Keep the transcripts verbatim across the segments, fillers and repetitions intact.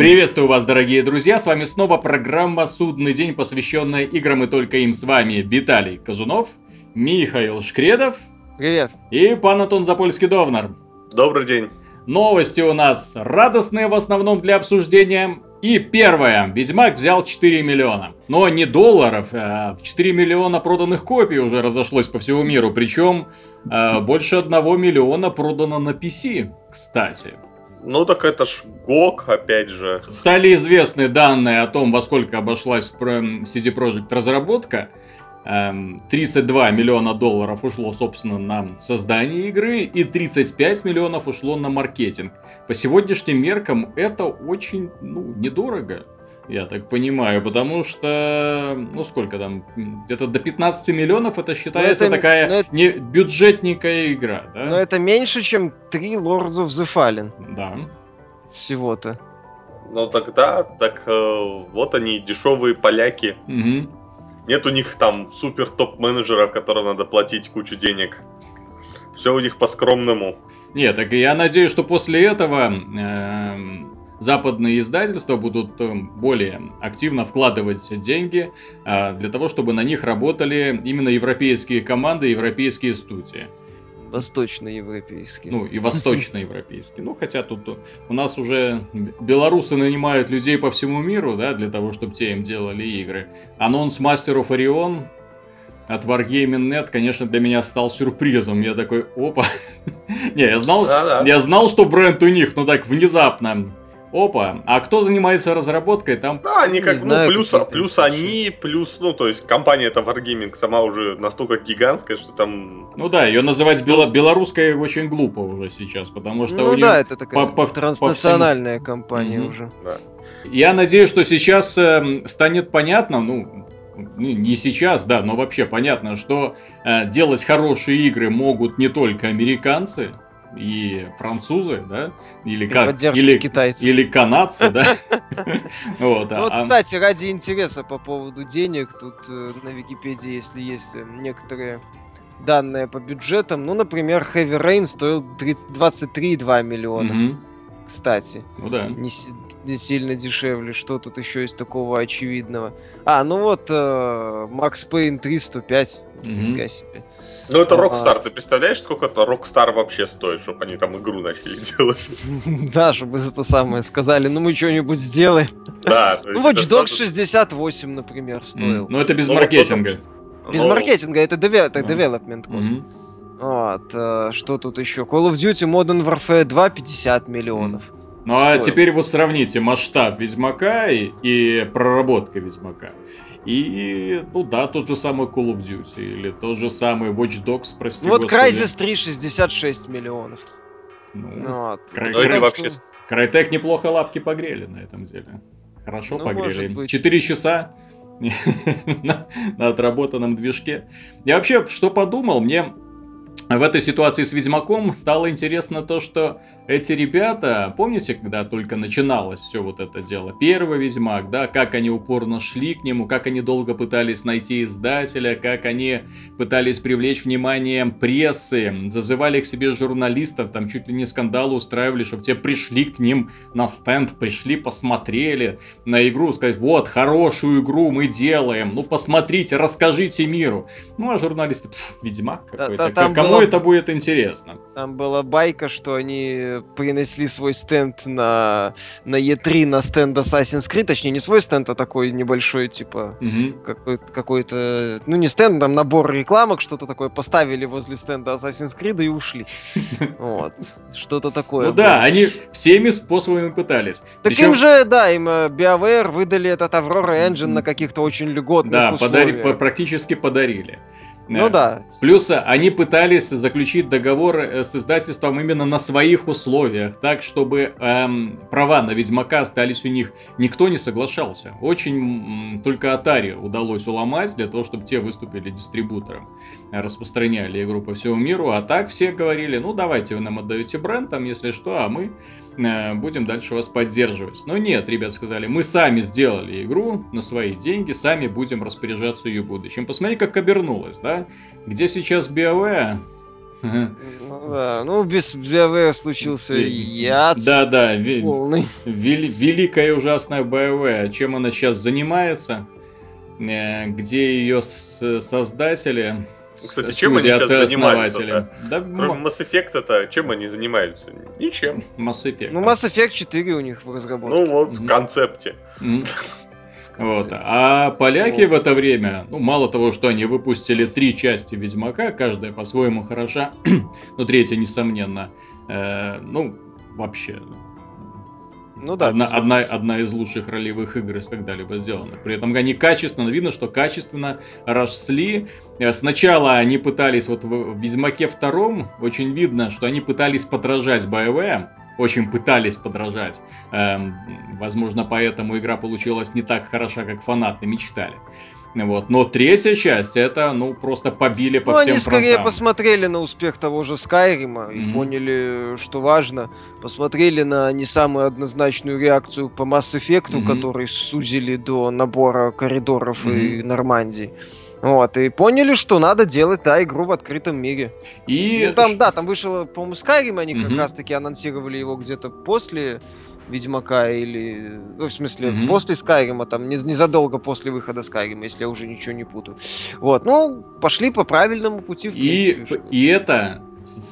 Приветствую вас, дорогие друзья, с вами снова программа «Судный день», посвященная играм и только им. С вами Виталий Казунов, Михаил Шкредов. Привет. И пан Антон Запольский-Довнар. Добрый день. Новости у нас радостные в основном для обсуждения. И первое. Ведьмак взял четыре миллиона. Но не долларов, а четыре миллиона проданных копий уже разошлось по всему миру. Причем э, больше одного миллиона продано на пи си, кстати. Ну так это ж ГОГ, опять же. Стали известны данные о том, во сколько обошлась си ди Projekt разработка. тридцать два миллиона долларов ушло, собственно, на создание игры, и тридцать пять миллионов ушло на маркетинг. По сегодняшним меркам это очень, ну, недорого, я так понимаю, потому что, ну, сколько там, где-то до пятнадцати миллионов это считается это, такая это, не бюджетненькая игра, да? Но это меньше, чем три Lords of the Fallen. Да. Всего-то. Ну тогда, так э, вот они, дешевые поляки. Угу. Нет у них там супер топ-менеджеров, которым надо платить кучу денег. Все у них по-скромному. Нет, так я надеюсь, что после этого э, западные издательства будут более активно вкладывать деньги э, для того, чтобы на них работали именно европейские команды, европейские студии. Восточноевропейские. Ну, и восточноевропейские. Ну, хотя тут у нас уже белорусы нанимают людей по всему миру, да, для того, чтобы те им делали игры. Анонс Master of Orion от Wargaming точка нет, конечно, для меня стал сюрпризом. Я такой, опа. Не, я знал, я знал, что бренд у них, но так внезапно. Опа, а кто занимается разработкой там? Да, они как, ну, плюс, плюс они, плюс, ну, то есть компания эта Wargaming сама уже настолько гигантская, что там... Ну да, ее называть бело- белорусской очень глупо уже сейчас, потому что ну, у них... Ну да, это такая по- по- транснациональная по всем... компания mm-hmm. уже. Да. Я надеюсь, что сейчас э, станет понятно, ну, не сейчас, да, но вообще понятно, что э, делать хорошие игры могут не только американцы, и французы, да, или как, или китайцев, или канадцы, да. Вот, кстати, ради интереса по поводу денег, тут на Википедии, если есть некоторые данные по бюджетам, ну, например, Heavy Rain стоил двадцать три и два миллиона, кстати, ну да, не сильно дешевле. Что тут еще есть такого очевидного? А, ну вот Max Payne три сто пять, нифига себе. Ну это Rockstar, ты представляешь, сколько это Rockstar вообще стоит, чтобы они там игру начали делать? Да, чтобы это самое сказали, ну мы что-нибудь сделаем. Да. Ну Watch Dogs шестьдесят восемь, например, стоил. Ну это без маркетинга. Без маркетинга, это development cost. Вот, что тут еще? Call of Duty Modern Warfare два пятьдесят миллионов. Ну а теперь вот сравните масштаб Ведьмака и, и проработка Ведьмака. И, ну да, тот же самый Call of Duty, или тот же самый Watch Dogs, прости Вот господи. Crysis три шестьдесят шесть миллионов. Ну, вот. Край... Край... вообще... Crytek неплохо лапки погрели на этом деле. Хорошо ну, погрели. Четыре часа на, на отработанном движке. Я вообще, что подумал, мне... В этой ситуации с Ведьмаком стало интересно то, что эти ребята, помните, когда только начиналось все вот это дело, первый Ведьмак, да, как они упорно шли к нему, как они долго пытались найти издателя, как они пытались привлечь внимание прессы, зазывали к себе журналистов, там чуть ли не скандалы устраивали, чтобы те пришли к ним на стенд, пришли, посмотрели на игру, сказать, вот, хорошую игру мы делаем, ну посмотрите, расскажите миру. Ну а журналисты, Ведьмак какой-то, как кому было... это будет интересно? Там была байка, что они принесли свой стенд на, на и три, на стенд Assassin's Creed, точнее не свой стенд, а такой небольшой, типа, mm-hmm. какой-то, какой-то, ну не стенд, там набор рекламок, что-то такое, поставили возле стенда Assassin's Creed и ушли. Вот, что-то такое. Ну да, они всеми способами пытались. Так им же, да, им BioWare выдали этот Aurora Engine на каких-то очень льготных условиях. Да, практически подарили. Ну да. Плюс они пытались заключить договор с издательством именно на своих условиях, так чтобы эм, права на Ведьмака остались у них. Никто не соглашался. Очень м, только Atari удалось уломать для того, чтобы те выступили дистрибутором, распространяли игру по всему миру. А так все говорили, ну давайте вы нам отдаете бренд, там, если что, а мы э, будем дальше вас поддерживать. Но нет, ребят сказали, мы сами сделали игру на свои деньги, сами будем распоряжаться ее будущим. Посмотри, как обернулось, да? Где сейчас BioWare? Да, ну, без BioWare случился яд. Да-да, вели- великая и ужасная BioWare. Чем она сейчас занимается? Где ее создатели... Кстати, чем они сейчас занимаются? Да? Кроме Mass Effect-то, чем они занимаются? Ничем. Mass Effect. Ну, Mass Effect четыре у них в разработке. Ну вот, в концепте. Вот. А поляки в это время, ну, мало того, что они выпустили три части Ведьмака, каждая по-своему хороша, но третья, несомненно, э, ну, вообще... Ну да. Одна, одна, одна из лучших ролевых игр из когда-либо сделанных. При этом они качественно, видно, что качественно росли. Сначала они пытались, вот в Ведьмаке втором, очень видно, что они пытались подражать BioWare. Очень пытались подражать. Эм, возможно, поэтому игра получилась не так хороша, как фанаты мечтали. Вот. Но третья часть, это, ну, просто побили по ну, всем они скорее фронтам. Посмотрели на успех того же Скайрима mm-hmm. и поняли, что важно. Посмотрели на не самую однозначную реакцию по Mass Effect, mm-hmm. который сузили до набора коридоров mm-hmm. и Нормандии. Вот, и поняли, что надо делать, да, игру в открытом мире. И... Ну, там, да, там вышел, по-моему, Skyrim, они mm-hmm. как раз-таки анонсировали его где-то после Ведьмака или... Ну, в смысле, mm-hmm. после Скайрима, там, незадолго после выхода Скайрима, если я уже ничего не путаю. Вот, ну, пошли по правильному пути, в принципе. И, и это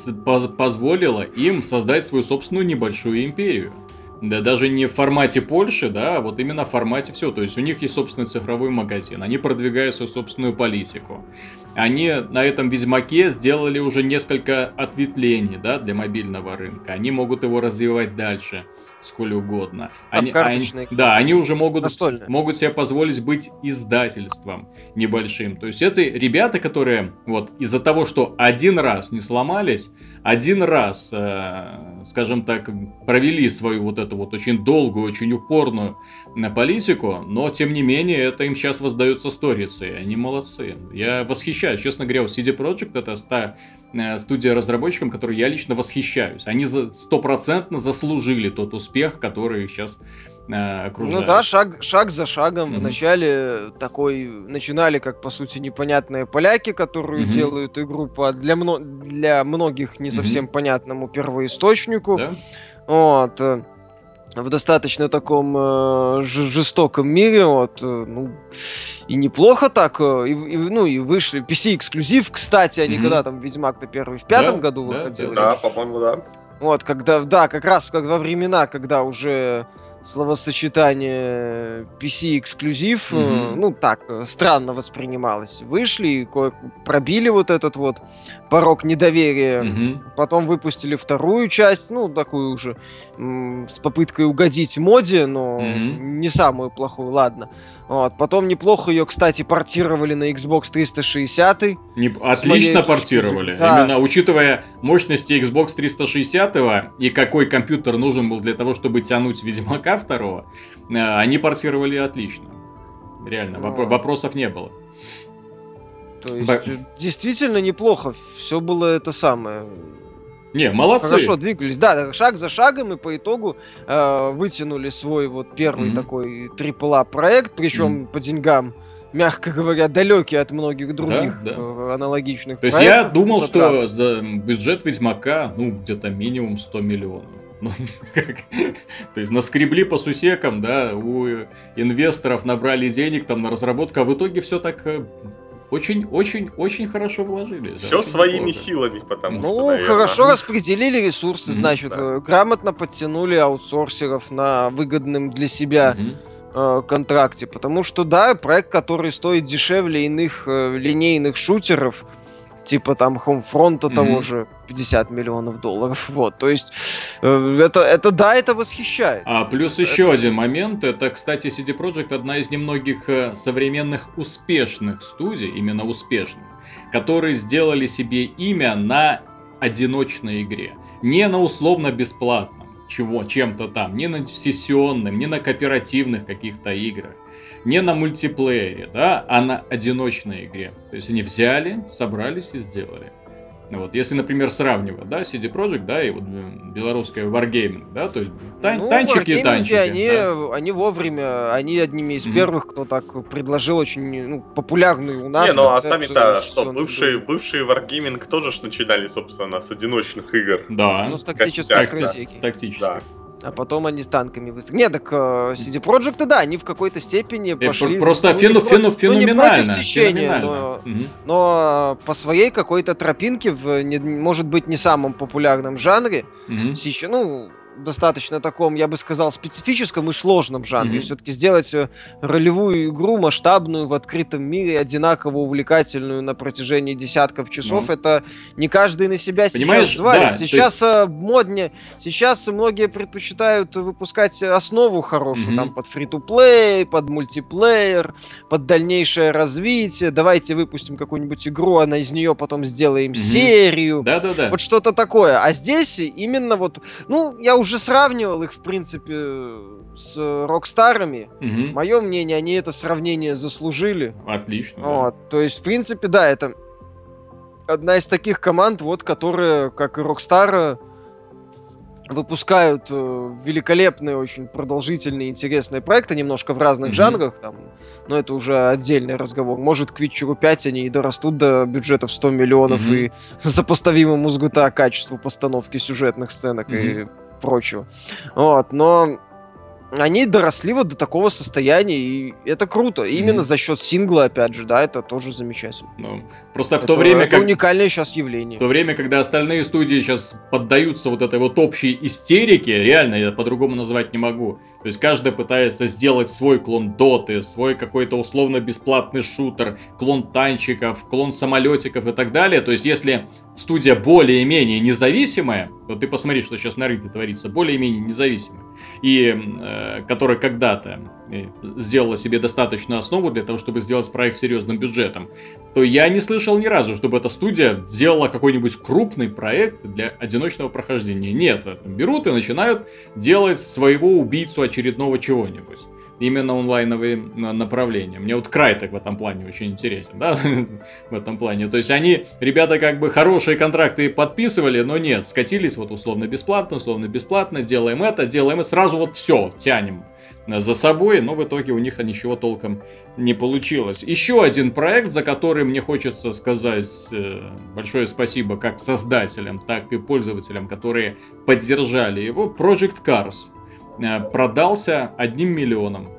позволило им создать свою собственную небольшую империю. Да даже не в формате Польши, да, а вот именно в формате все. То есть у них есть собственный цифровой магазин, они продвигают свою собственную политику. Они на этом Ведьмаке сделали уже несколько ответвлений, да, для мобильного рынка. Они могут его развивать дальше, сколь угодно. Они, они, да, они уже могут, могут себе позволить быть издательством небольшим. То есть это ребята, которые вот из-за того, что один раз не сломались, один раз, э, скажем так, провели свою вот эту вот очень долгую, очень упорную политику, но тем не менее это им сейчас воздается сторицей. Они молодцы. Я восхищаюсь. Честно говоря, си ди Projekt это ста, э, студия разработчикам, которой я лично восхищаюсь. Они стопроцентно заслужили тот успех, который их сейчас э, окружает. Ну да, шаг, шаг за шагом. Mm-hmm. Вначале такой начинали, как по сути непонятные поляки, которые mm-hmm. делают игру по для, мно, для многих не совсем mm-hmm. понятному первоисточнику. Да? Вот. В достаточно таком э, жестоком мире, вот, э, ну, и неплохо так, э, и, и, ну, и вышли пи си-эксклюзив, кстати, они mm-hmm. когда там Ведьмак-то первый в пятом да, году да, выходил. Да, по-моему, да. Вот, когда, да, как раз как во времена, когда уже словосочетание пи си-эксклюзив, mm-hmm. ну, так, странно воспринималось. Вышли, пробили вот этот вот порог недоверия, mm-hmm. потом выпустили вторую часть, ну, такую уже, м- с попыткой угодить моде, но mm-hmm. не самую плохую, ладно. Вот. Потом неплохо ее, кстати, портировали на Xbox триста шестьдесят. Не... Отлично портировали. Да. Именно учитывая мощности Xbox триста шестьдесят и какой компьютер нужен был для того, чтобы тянуть Ведьмака второго, они портировали отлично. Реально, ну... воп- вопросов не было. То есть, Б... действительно неплохо. Все было это самое... Не, молодцы. Хорошо двигались. Да, шаг за шагом, и по итогу э, вытянули свой вот первый mm-hmm. такой трипл эй проект, причем mm-hmm. по деньгам, мягко говоря, далекий от многих других да, да. Э, аналогичных То проектов. То есть я думал, что за бюджет Ведьмака, ну, где-то минимум сто миллионов. Ну, то есть наскребли по сусекам, да, у инвесторов набрали денег там на разработку, а в итоге все так... Очень-очень-очень хорошо вложились. Все да, своими плохо. Силами, потому ну, что, Ну, наверное... хорошо распределили ресурсы, mm-hmm, значит, да. грамотно подтянули аутсорсеров на выгодном для себя mm-hmm. э, контракте. Потому что, да, проект, который стоит дешевле иных э, линейных шутеров, типа там Homefront mm-hmm. того же, пятьдесят миллионов долларов. Вот, то есть, э, это, это да, это восхищает. А плюс это... еще один момент, это, кстати, си ди Projekt одна из немногих э, современных успешных студий, именно успешных, которые сделали себе имя на одиночной игре. Не на условно-бесплатном, чего, чем-то там, не на сессионном, не на кооперативных каких-то играх. Не на мультиплеере, да, а на одиночной игре. То есть они взяли, собрались и сделали. Вот, если, например, сравнивать, да, си ди Projekt, да, и вот белорусская Wargaming, да, то есть тан- Ну, танчики и танчики. Они, да. они вовремя, они одними из Мгм. первых, кто так предложил очень ну, популярную у нас Не, ну а концепцию сами-то что, инвестиционных бывшие, боев. бывшие Wargaming тоже ж начинали, собственно, с одиночных игр. Да. Ну, с тактической Костяк, стратегией. С тактической. Да. А потом они с танками выстрелили. Нет, так э, си ди Projekt, да, они в какой-то степени Э, пошли... Просто ну, фену, не про- фену, ну, не феноменально. против течения, феноменально. но, Мгм. но по своей какой-то тропинке, в, не- может быть, не самом популярном жанре, Мгм. сейчас, ну, достаточно таком, я бы сказал, специфическом и сложном жанре. Мгм. Все-таки сделать э, ролевую игру масштабную в открытом мире, одинаково увлекательную на протяжении десятков часов, Ну. это не каждый на себя Понимаешь, сейчас взвалит. да, то сейчас э, моднее, сейчас многие предпочитают выпускать основу хорошую, Мгм. там под фри-то-плей, под мультиплеер, под дальнейшее развитие. Давайте выпустим какую-нибудь игру, а на- из нее потом сделаем Мгм. серию. Да-да-да. Вот что-то такое. А здесь именно вот... Ну, я уже сравнивал их, в принципе, с Рокстарами. Мгм. Мое мнение, они это сравнение заслужили. Отлично. да. Вот. То есть, в принципе, да, это одна из таких команд, вот, которые, как и Rockstar, выпускают э, великолепные, очень продолжительные, интересные проекты, немножко в разных Мгм. жанрах, там, но это уже отдельный разговор. Может, к Witcher пять они и дорастут до бюджетов сто миллионов Мгм. и сопоставимому с джи ти эй качеству постановки сюжетных сценок и Мгм. прочего. Вот, но они доросли вот до такого состояния, и это круто. И именно Мгм. за счет сингла, опять же, да, это тоже замечательно. Ну, просто в это, то время, это как... уникальное сейчас явление. В то время, когда остальные студии сейчас поддаются вот этой вот общей истерике, реально, я по-другому назвать не могу. То есть каждый пытается сделать свой клон доты, свой какой-то условно-бесплатный шутер, клон танчиков, клон самолетиков и так далее. То есть если студия более-менее независимая, то ты посмотри, что сейчас на рынке творится, более-менее независимая, и э, которая когда-то э, сделала себе достаточную основу для того, чтобы сделать проект с серьезным бюджетом, то я не слышал ни разу, чтобы эта студия сделала какой-нибудь крупный проект для одиночного прохождения. Нет, берут и начинают делать своего убийцу очередного чего-нибудь. Именно онлайновые направления. Мне вот Крайтек в этом плане очень интересен, да, в этом плане. То есть они, ребята, как бы хорошие контракты подписывали, но нет, скатились вот условно-бесплатно, условно-бесплатно, делаем это, делаем и сразу вот все, тянем за собой, но в итоге у них ничего толком не получилось. Еще один проект, за который мне хочется сказать э, большое спасибо как создателям, так и пользователям, которые поддержали его, Project Cars. Э, продался одним миллионом.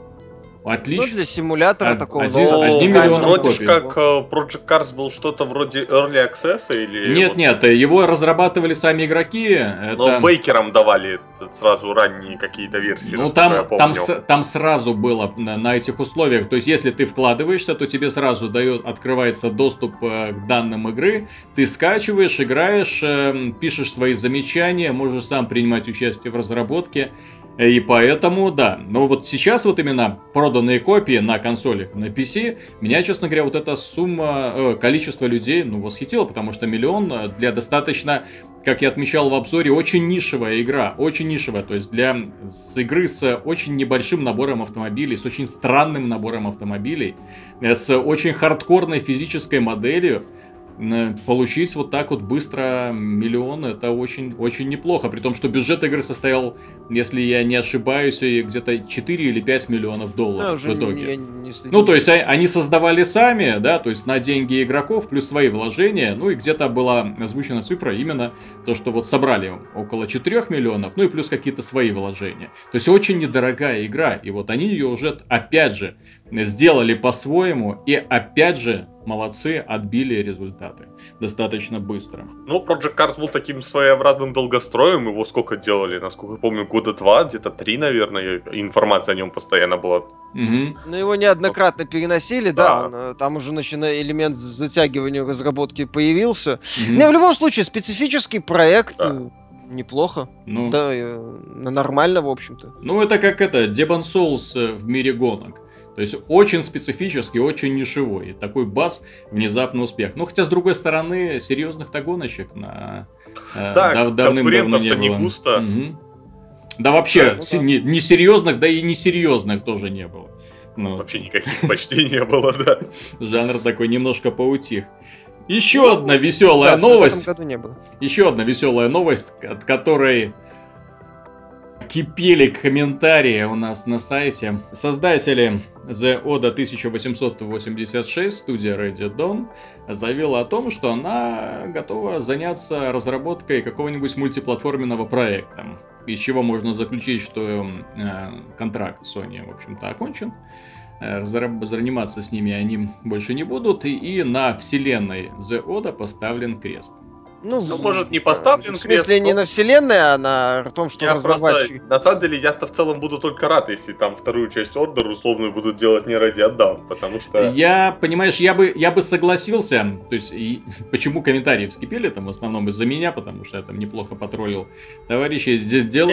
Отлично. Ну, для симулятора Од- такого... один- ну, одним камеры миллионом Вроде ж копий. как э, Project Cars был что-то вроде Early Access или... Нет, вот- нет, его разрабатывали сами игроки. Но Это... Бейкерам давали сразу ранние какие-то версии, Ну, насколько я там, помню. там, с- там сразу было на, на этих условиях. То есть, если ты вкладываешься, то тебе сразу дает, открывается доступ э, к данным игры. Ты скачиваешь, играешь, э, пишешь свои замечания, можешь сам принимать участие в разработке. И поэтому, да. Но вот сейчас вот именно проданные копии на консолях, на пи си, меня, честно говоря, вот эта сумма, э, количество людей, ну, восхитило, потому что миллион для достаточно, как я отмечал в обзоре, очень нишевая игра, очень нишевая, то есть для с игры с очень небольшим набором автомобилей, с очень странным набором автомобилей, э, с очень хардкорной физической моделью, э, получить вот так вот быстро миллион, это очень, очень неплохо, при том, что бюджет игры состоял, если я не ошибаюсь, где-то четыре или пять миллионов Да, долларов уже в итоге. не- я не следил. Ну, то есть, а- они создавали сами, да, то есть, на деньги игроков, плюс свои вложения, ну, и где-то была озвучена цифра именно то, что вот собрали около четырёх миллионов, ну, и плюс какие-то свои вложения. То есть, очень недорогая игра, и вот они ее уже, опять же, сделали по-своему, и опять же, молодцы, отбили результаты достаточно быстро. Ну, Project Cars был таким своеобразным долгостроем, его сколько делали, насколько я помню, года два, где-то три, наверное, информация о нем постоянно была. Мгм. Ну, его неоднократно переносили, да, Да. он, э, там уже начиная элемент затягивания разработки появился. Мгм. Но в любом случае, специфический проект, Да. э, неплохо, Ну, да, э, нормально, в общем-то. ну, это как это, Demon Souls э, в мире гонок. То есть очень специфический, очень нишевой. И такой бас, внезапный успех. Ну, хотя, с другой стороны, серьезных-то гоночек на э, Да, дав- давным-давно не конкурентов-то не было. густо. Мгм. Да вообще, Да, ну се- да. не, не серьезных, да и несерьезных тоже не было. Ну, Вообще никаких почти не было, да. жанр такой немножко поутих. Еще ну, одна веселая да, новость. В этом году не было. Еще одна веселая новость, от которой кипели комментарии у нас на сайте. Создатели The Oda тысяча восемьсот восемьдесят шесть, студия Ready Dawn, заявила о том, что она готова заняться разработкой какого-нибудь мультиплатформенного проекта. Из чего можно заключить, что э, контракт Sony, в общем-то, окончен. Э, заниматься с ними они больше не будут. И, и на вселенной The Oda поставлен крест. Ну, ну, может, не поставлен крест. В смысле, крест, не на вселенной, а на том, что разработчик... На самом деле, я-то в целом буду только рад, если там вторую часть Order условно будут делать не ради Отдам, потому что... Я, понимаешь, я бы, я бы согласился, то есть, и, почему комментарии вскипели, там, в основном из-за меня, потому что я там неплохо потроллил товарищи. Дело,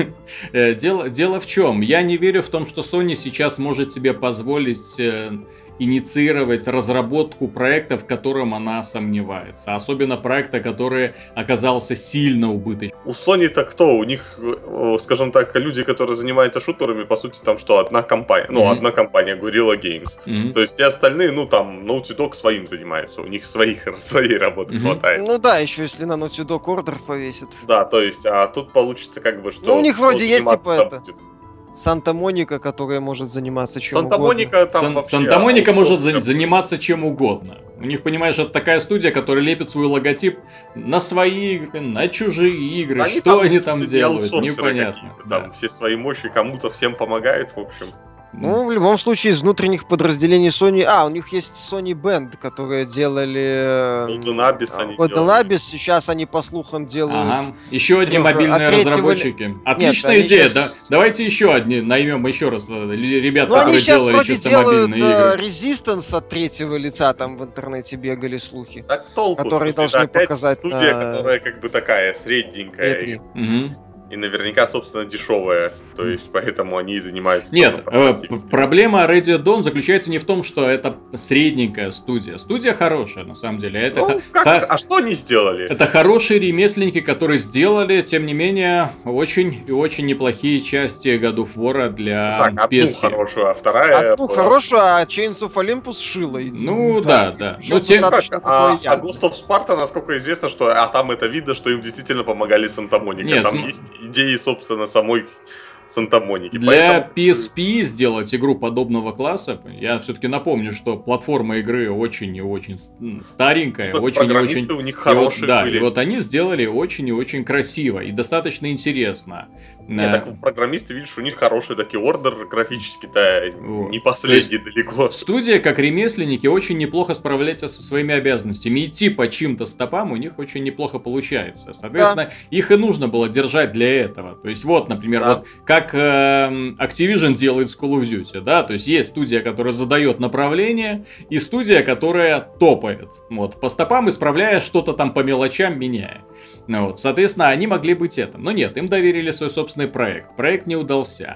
дело, дело в чем? Я не верю в том, что Sony сейчас может себе позволить... инициировать разработку проекта, в котором она сомневается. Особенно проекта, который оказался сильно убыточным. У Sony-то кто? У них, скажем так, люди, которые занимаются шутерами, по сути, там что, одна компания. Mm-hmm. Ну, одна компания, Guerrilla Games. Mm-hmm. То есть все остальные, ну, там, Naughty Dog своим занимаются. У них своих, своей работы mm-hmm. хватает. Ну да, еще если на Naughty Dog Order повесит. Да, то есть, а тут получится как бы, что... Ну, у них вроде есть, типа, это... Будет. Санта-Моника, которая может заниматься чем Санта-Моника угодно. там Сан- вообще... Санта-Моника может за- заниматься чем угодно. У них, понимаешь, это такая студия, которая лепит свой логотип на свои игры, на чужие игры. Они что там, они там делают, непонятно. Да. Там все свои мощи кому-то всем помогают, в общем. Ну, в любом случае, из внутренних подразделений Sony... А, у них есть Sony Band, которые делали... Golden Abyss они Golden делали. Abyss, сейчас они, по слухам, делают... Ага. Еще одни трех... мобильные а разработчики. Третьего... Отличная Нет, идея, сейчас... да? Давайте еще одни наймем еще раз ребят, ну, которые делали чисто мобильные игры. Они Resistance от третьего лица, там в интернете бегали слухи. Так толку, которые смысле, должны показать студия, на... которая как бы такая, средненькая. и угу. И наверняка, собственно, дешевая. То есть, поэтому они и занимаются... Нет, э, проблема Ready Dawn заключается не в том, что это средненькая студия. Студия хорошая, на самом деле. Это ну, х- как? х- А что они сделали? Это хорошие ремесленники, которые сделали, тем не менее, очень и очень неплохие части God of War для так, пи эс одну пи. хорошую, а вторая... Одну хорошую, а Chains of Olympus шила. Ну, да, да. Ну, тем... а, а Ghost of Sparta, насколько известно, что а там это видно, что им действительно помогали Санта-Моника. Нет, там см... есть идеи, собственно, самой Санта-Моники. Для поэтому... пи эс пи сделать игру подобного класса, я все-таки напомню, что платформа игры очень и очень старенькая, ну, очень и очень... у них хорошие и вот, да, были. И вот они сделали очень и очень красиво и достаточно интересно. Нет, так программисты, видишь, у них хороший такой ордер графически-то вот. Не последний далеко. Студия, как ремесленники, очень неплохо справляется со своими обязанностями. Идти по чьим-то стопам у них очень неплохо получается. Соответственно, да. их и нужно было держать для этого. То есть вот, например, да. вот как э, Activision делает с Call of Duty, да, то есть есть студия, которая задает направление, и студия, которая топает, вот, по стопам, исправляя что-то там по мелочам, меняя. Ну, вот, соответственно, они могли быть этим. Но нет, им доверили свой собственный проект. Проект не удался.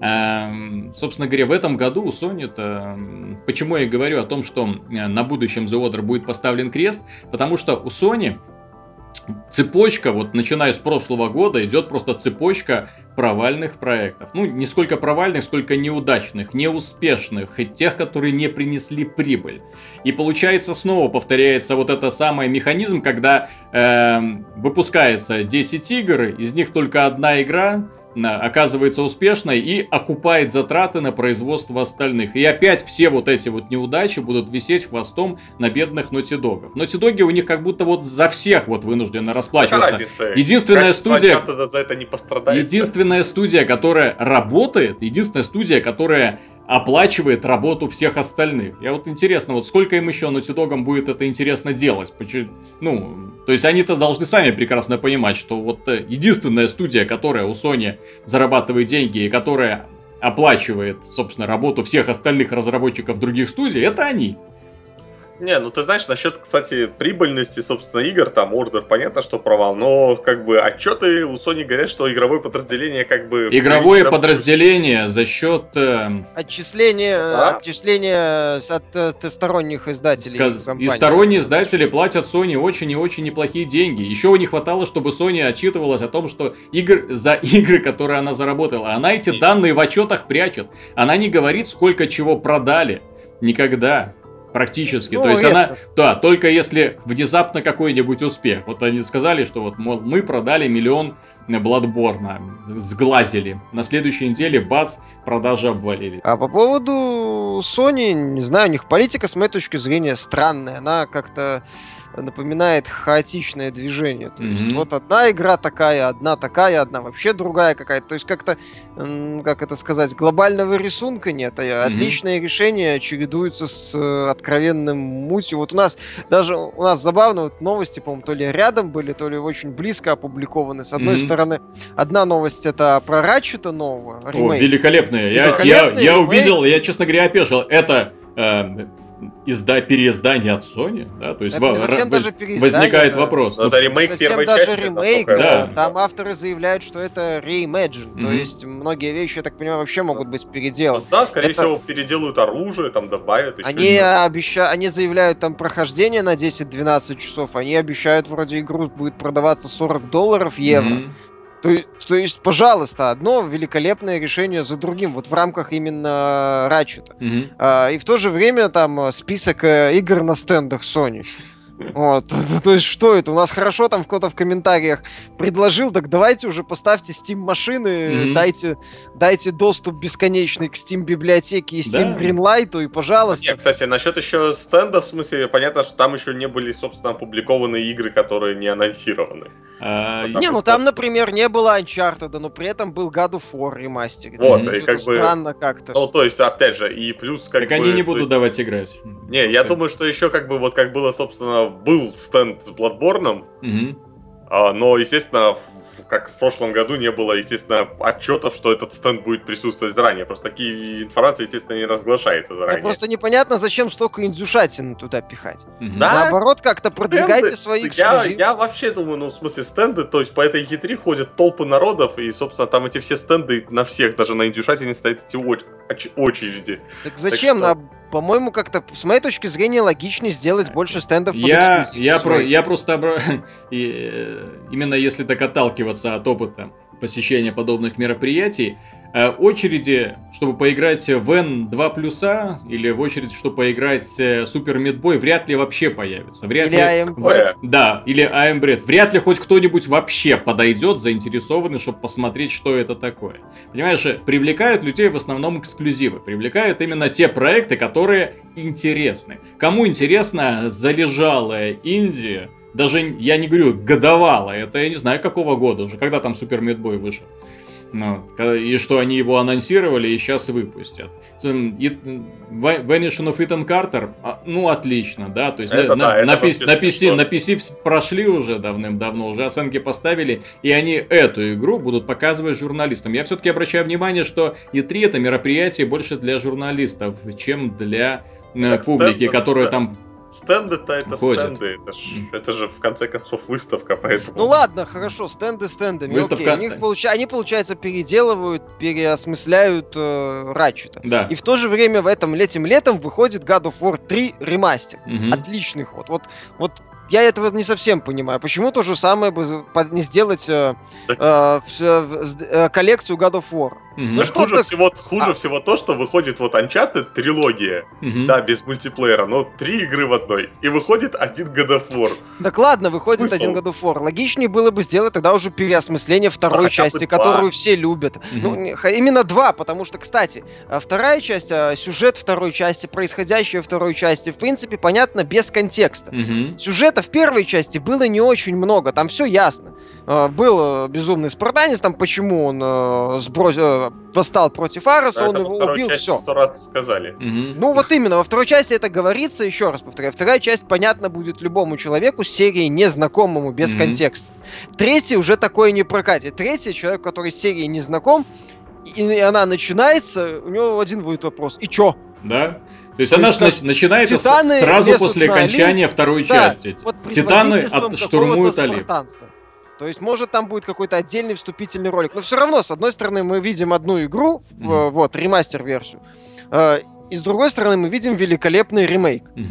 Эм, собственно говоря, в этом году у Sony-то... Почему я говорю о том, что на будущем The Order будет поставлен крест? Потому что у Sony цепочка, вот начиная с прошлого года, идет просто цепочка провальных проектов. Ну, не сколько провальных, сколько неудачных, неуспешных, и тех, которые не принесли прибыль. И получается, снова повторяется вот этот самый механизм, когда э, выпускается десять игр, из них только одна игра оказывается успешной и окупает затраты на производство остальных. И опять все вот эти вот неудачи будут висеть хвостом на бедных Naughty Dog'ов. Naughty Dog'и у них как будто вот за всех вот вынуждены расплачиваться. Единственная студия, за это не пострадает. Единственная студия, которая работает, единственная студия, которая оплачивает работу всех остальных. Я вот интересно, вот сколько им еще Naughty Dog'ам будет это интересно делать? Почему? Ну, то есть они-то должны сами прекрасно понимать, что вот единственная студия, которая у Sony зарабатывает деньги и которая оплачивает, собственно, работу всех остальных разработчиков других студий, это они. Не, ну ты знаешь, насчет, кстати, прибыльности, собственно, игр, там, Order, понятно, что провал, но, как бы, отчеты у Sony говорят, что игровое подразделение, как бы... Игровое подразделение за счет... Э... Отчисления, да? отчисления от, от сторонних издателей. Ска... И сторонние издатели платят Sony очень и очень неплохие деньги. Еще не хватало, чтобы Sony отчитывалась о том, что игр... за игры, которые она заработала, она эти и... данные в отчетах прячет. Она не говорит, сколько чего продали. Никогда. Практически. Ну, То есть редко. она, да, только если внезапно какой-нибудь успех. Вот они сказали, что вот, мол, мы продали миллион Bloodborne, сглазили. На следующей неделе, бац, продажи обвалили. А по поводу Sony, не знаю, у них политика, с моей точки зрения, странная. Она как-то напоминает хаотичное движение. То есть mm-hmm. вот одна игра такая, одна такая, одна вообще другая какая-то. То есть как-то, как это сказать, глобального рисунка нет. А mm-hmm. отличные решения чередуются с откровенным мутью. Вот у нас даже, у нас забавно, вот новости, по-моему, то ли рядом были, то ли очень близко опубликованы. С одной mm-hmm. стороны, одна новость это про Ratchet нового, ремейк. О, великолепная. великолепный я, я, я увидел, я, честно говоря, опешил. Это... Э, изда переиздание от Sony, да, то есть это не совсем в... даже возникает да. вопрос. Ну, это ремейк первой даже части. Ремейк, да. Там авторы заявляют, что это reimagine, mm-hmm. то есть многие вещи, я так понимаю, вообще могут быть переделаны. Ну, да, скорее это... всего, переделают оружие, там добавят. Они обещают, они заявляют там прохождение на десять-двенадцать часов, они обещают вроде игру будет продаваться сорок долларов, евро. Mm-hmm. То, то есть, пожалуйста, одно великолепное решение за другим, вот в рамках именно Ratchet. Mm-hmm. А, и в то же время там список э, игр на стендах Sony. Вот. То есть, что это? У нас хорошо там кто-то в комментариях предложил, так давайте уже поставьте Steam-машины, mm-hmm. дайте, дайте доступ бесконечный к Steam-библиотеке и Steam Greenlight, и пожалуйста. Нет, кстати, насчет еще стендов, в смысле, понятно, что там еще не были, собственно, опубликованы игры, которые не анонсированы. А, вот не, ну там, например, не было Uncharted, но при этом был God of War ремастер. Вот, и как бы... Странно как-то. Ну, то есть, опять же, и плюс как так бы... Так они не будут есть... давать играть. Не, я думаю, что еще как бы, вот как было, собственно, был стенд с Bloodborne, mm-hmm. а, но, естественно, в, как в прошлом году не было, естественно, отчетов, что этот стенд будет присутствовать заранее. Просто такие информации, естественно, не разглашается заранее. Да, просто непонятно, зачем столько индюшатины туда пихать. Mm-hmm. Да? Наоборот, как-то стенды, продвигайте свои эксклюзивы. Я, я вообще думаю, ну, в смысле, стенды, то есть по этой и три ходят толпы народов, и, собственно, там эти все стенды на всех, даже на индюшатине стоят эти оч- очереди. Так зачем? Так что... на... По-моему, как-то, с моей точки зрения, логичнее сделать больше стендов под я, эксклюзив. Я, про, я просто... Обра... И, именно если так отталкиваться от опыта посещения подобных мероприятий, очереди, чтобы поиграть в эн два плюса, или в очередь, чтобы поиграть Super Meat Boy, вряд ли вообще появится. Вряд или ли... I Am Bread. Да, или I Am Bread. Вряд ли хоть кто-нибудь вообще подойдет, заинтересованный, чтобы посмотреть, что это такое. Понимаешь, привлекают людей в основном эксклюзивы. Привлекают именно те проекты, которые интересны. Кому интересна залежалая Индия, даже, я не говорю, годовалая, это я не знаю какого года уже, когда там Super Meat Boy вышел. Ну, и что они его анонсировали и сейчас выпустят. Vanishing of Ethan Carter, ну отлично, да, то есть это, на, да, на, пи- на, пи си, на пи си прошли уже давным-давно, уже оценки поставили, и они эту игру будут показывать журналистам. Я все-таки обращаю внимание, что и три это мероприятие больше для журналистов, чем для так публики, стенд, которая там... Стенды-то это ходят. Стенды, это, ж, это же в конце концов выставка, поэтому... Ну ладно, хорошо, стенды стендами, выставка... окей. У них получ... Они, получается, переделывают, переосмысляют э, Ratchet. Да. И в то же время в этом этим летом выходит God of War три ремастер. Угу. Отличный ход. Вот, вот я этого не совсем понимаю. Почему то же самое бы не сделать э, э, э, коллекцию God of War? Угу. Ну, хуже, так... всего, хуже а. всего то, что выходит вот Uncharted трилогия, угу. да, без мультиплеера, но три игры в одной, и выходит один God of War. Так ладно, выходит Смысл? один God of War. Логичнее было бы сделать тогда уже переосмысление второй а части, которую все любят. Угу. Ну, именно два, потому что, кстати, вторая часть, сюжет второй части, происходящее в второй части, в принципе, понятно, без контекста. Угу. Сюжета в первой части было не очень много, там все ясно. Был безумный спартанец, там почему он сбросил, восстал против Ареса, да, он его убил, все. Сто раз сказали. Угу. Ну вот именно, во второй части это говорится, еще раз повторяю, вторая часть понятна будет любому человеку с серией незнакомому, без угу. контекста. Третья уже такое не прокатит. Третья, человек, который с серией не знаком, и она начинается, у него один будет вопрос: и чё? Да. То есть То она есть, начинается с, сразу после окончания Олимп, второй да, части. Вот Титаны от, штурмуют Олимп. То есть, может, там будет какой-то отдельный вступительный ролик. Но все равно, с одной стороны, мы видим одну игру, mm-hmm. вот, ремастер-версию, э, и с другой стороны, мы видим великолепный ремейк. Mm-hmm.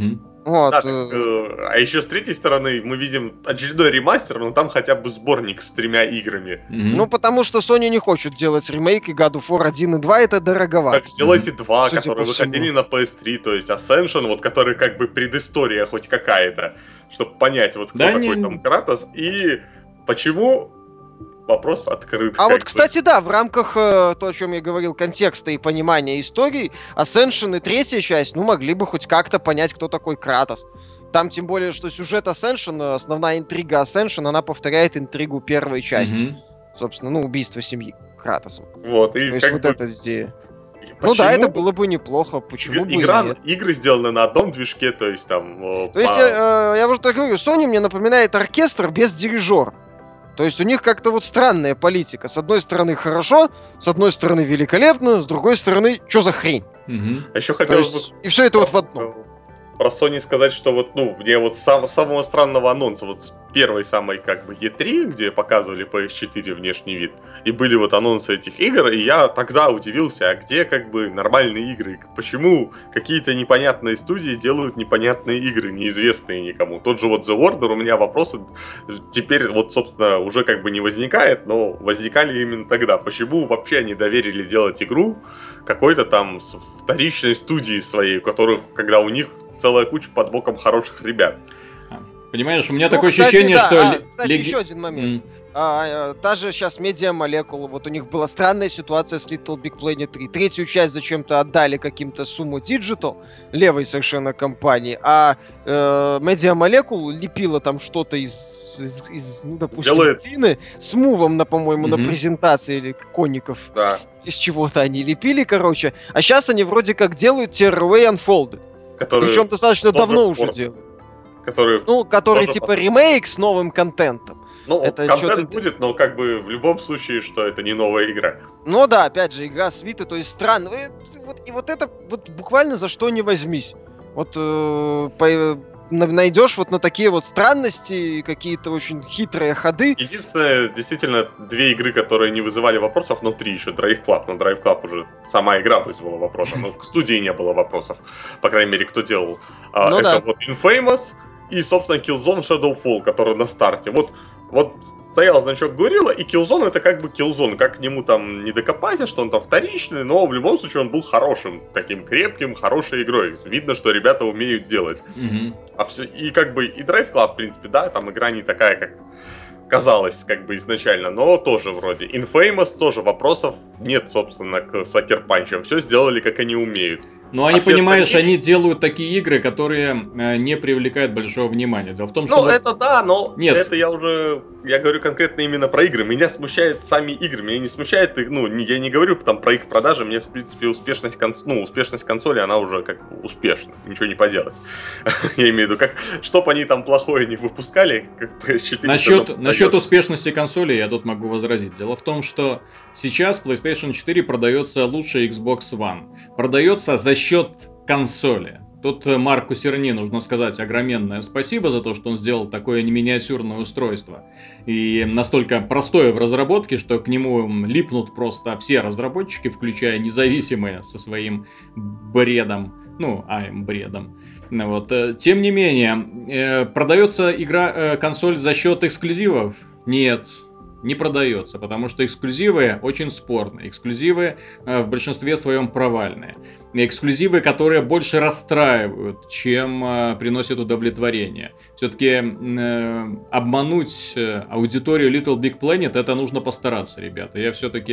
Вот. Да, так, э, а еще с третьей стороны мы видим очередной ремастер, но там хотя бы сборник с тремя играми. Mm-hmm. Ну, потому что Sony не хочет делать ремейк, и God of War один и два это дороговато. Так сделайте mm-hmm. два, Судя которые выходили на пи эс три, то есть Ascension, вот который как бы предыстория хоть какая-то, чтобы понять, вот кто да такой не... там Кратос, и почему... Вопрос открыт. А вот, кстати, да, в рамках э, то, о чем я говорил, контекста и понимания истории, Ascension и третья часть, ну, могли бы хоть как-то понять, кто такой Кратос. Там, тем более, что сюжет Ascension, основная интрига Ascension, она повторяет интригу первой части. Mm-hmm. Собственно, ну, убийство семьи Кратосом. Вот, и то есть как вот бы... эта идея. Почему? Ну да, это было бы неплохо. Почему бы Игра, и нет? Игры сделаны на одном движке, то есть там... То по... есть, я, э, я уже так говорю, Sony мне напоминает оркестр без дирижера. То есть у них как-то вот странная политика. С одной стороны хорошо, с одной стороны великолепно, с другой стороны, что за хрень? Угу. А еще хотелось бы... И все это вот в одном. Про Sony сказать, что вот, ну, мне вот сам, самого странного анонса, вот с первой самой, как бы, и три, где показывали пи эс четыре внешний вид, и были вот анонсы этих игр, и я тогда удивился, а где, как бы, нормальные игры? Почему какие-то непонятные студии делают непонятные игры, неизвестные никому? Тот же вот The Order, у меня вопросы теперь вот, собственно, уже как бы не возникает, но возникали именно тогда. Почему вообще они доверили делать игру какой-то там вторичной студии своей, у которых, когда у них целая куча под боком хороших ребят. Понимаешь, у меня ну, такое кстати, ощущение, да. что... А, кстати, Леги... еще один момент. Mm. А, а, та же сейчас Media Molecule, вот у них была странная ситуация с Little Big Planet три. Третью часть зачем-то отдали каким-то Sumo Digital, левой совершенно компании, а э, Media Molecule лепила там что-то из, из, из ну, допустим, Делает... Фины с мувом, на, по-моему, mm-hmm. на презентации или конников. Да. Из чего-то они лепили, короче. А сейчас они вроде как делают Tearaway Unfolded. Который Причем достаточно давно уже делают. Который ну, который типа посмотреть. Ремейк с новым контентом. Ну, это контент будет, но как бы в любом случае, что это не новая игра. Ну да, опять же, игра с Vita, то есть странно. И вот, и вот это вот буквально за что не возьмись. Вот э, по, найдешь вот на такие вот странности, какие-то очень хитрые ходы. Единственное, действительно, две игры, которые не вызывали вопросов, но три еще, Drive Club. Но Drive Club уже сама игра вызвала вопросы, но к студии не было вопросов. По крайней мере, кто делал. Ну, это да. Вот Infamous и, собственно, Killzone Shadowfall, который на старте. Вот Вот стоял значок Gorilla, и Killzone это как бы Killzone, как к нему там не докопайся, что он там вторичный, но в любом случае он был хорошим, таким крепким, хорошей игрой. Видно, что ребята умеют делать. Mm-hmm. А все, и как бы и Drive Club, в принципе, да, там игра не такая, как казалось, как бы изначально, но тоже вроде. Infamous тоже вопросов нет, собственно, к Sucker Punch. Все сделали, как они умеют. Ну, они, а понимаешь, остальные... они делают такие игры, которые э, не привлекают большого внимания. Дело в том, что... Ну, вот... это да, но Нет. это я уже... Я говорю конкретно именно про игры. Меня смущают сами игры. Меня не смущает их... Ну, не, я не говорю там про их продажи. Мне, в принципе, успешность, конс... ну, успешность консоли, она уже как бы успешна. Ничего не поделать. Я имею в виду, как... Чтоб они там плохое не выпускали, как пи эс четыре... Насчет, насчет успешности консоли я тут могу возразить. Дело в том, что сейчас PlayStation четыре продается лучше Xbox One. Продается за счет консоли. Тут Марку Серни нужно сказать огроменное спасибо за то, что он сделал такое миниатюрное устройство. И настолько простое в разработке, что к нему липнут просто все разработчики, включая независимые со своим бредом. Ну, АМ бредом. Вот. Тем не менее, продается игра, консоль за счет эксклюзивов? Нет. Не продается, потому что эксклюзивы очень спорные. Эксклюзивы э, в большинстве своем провальные. Эксклюзивы, которые больше расстраивают, чем э, приносят удовлетворение. Все-таки э, обмануть э, аудиторию Little Big Planet, это нужно постараться, ребята. Я все-таки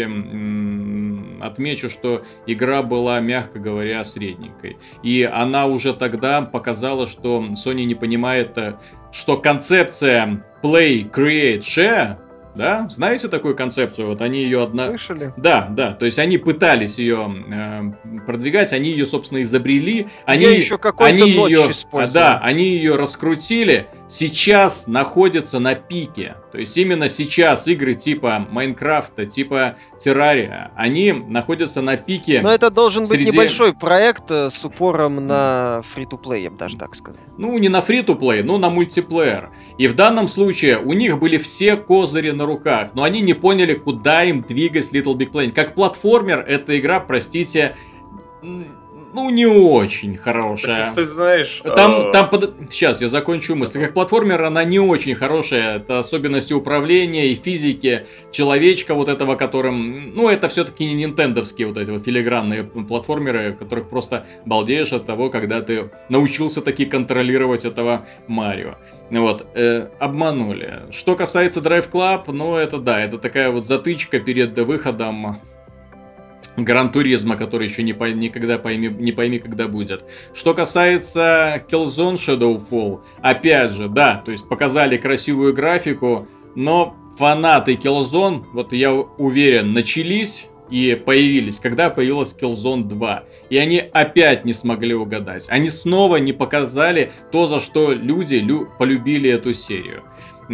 э, отмечу, что игра была, мягко говоря, средненькой. И она уже тогда показала, что Sony не понимает, что концепция Play, Create, Share... Да, знаете такую концепцию? Вот они ее одна... Слышали? Да, да, то есть они пытались ее э, продвигать, они ее, собственно, изобрели. Они, Я еще какой-то они ночь ее, использовал. Да, они ее раскрутили, сейчас находятся на пике. То есть именно сейчас игры типа Майнкрафта, типа Террария, они находятся на пике. Но это должен среди... быть небольшой проект с упором на фри-то-плей, я бы даже так сказал. Ну, не на фри-то-плей, но на мультиплеер. И в данном случае у них были все козыри на руках, но они не поняли, куда им двигать Little Big Planet. Как платформер, эта игра, простите, ну, не очень хорошая. Так, ты знаешь... Там, э... там под... Сейчас, я закончу мысль. Как платформер она не очень хорошая. Это особенности управления и физики человечка вот этого, которым... Ну, это все-таки не нинтендовские вот эти вот филигранные платформеры, которых просто балдеешь от того, когда ты научился таки контролировать этого Марио. Вот, э, обманули. Что касается Drive Club, ну, это да, это такая вот затычка перед выходом Гран-туризма, который еще не по, никогда пойми, не пойми, когда будет. Что касается Killzone Shadowfall, опять же, да, то есть показали красивую графику, но фанаты Killzone, вот я уверен, начались и появились, когда появилась Killzone два. И они опять не смогли угадать. Они снова не показали то, за что люди лю- полюбили эту серию.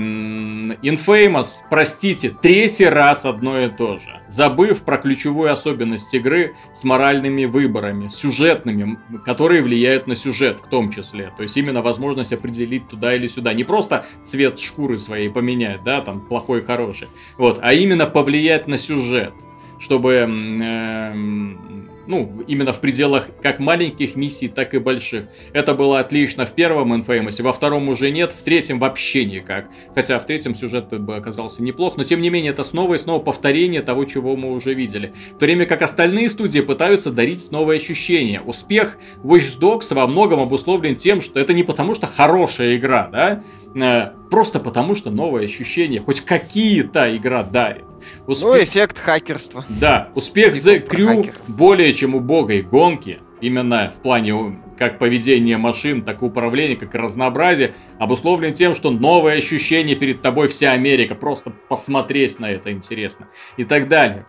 Infamous, простите, третий раз одно и то же. Забыв про ключевую особенность игры с моральными выборами, сюжетными, которые влияют на сюжет в том числе. То есть именно возможность определить туда или сюда. Не просто цвет шкуры своей поменять, да, там плохой и хороший. Вот, а именно повлиять на сюжет. Чтобы, э, ну, именно в пределах как маленьких миссий, так и больших. Это было отлично в первом Infamous, во втором уже нет, в третьем вообще никак. Хотя в третьем сюжет бы оказался неплох, но тем не менее это снова и снова повторение того, чего мы уже видели. В то время как остальные студии пытаются дарить новые ощущения. Успех Watch Dogs во многом обусловлен тем, что это не потому, что хорошая игра, да, э, просто потому, что новые ощущения, хоть какие-то игра дарит. Усп... Ну, эффект хакерства. Да, успех The Crew более чем убогой гонки, именно в плане как поведения машин, так и управления, как и разнообразия, обусловлен тем, что новые ощущения перед тобой вся Америка, просто посмотреть на это интересно и так далее.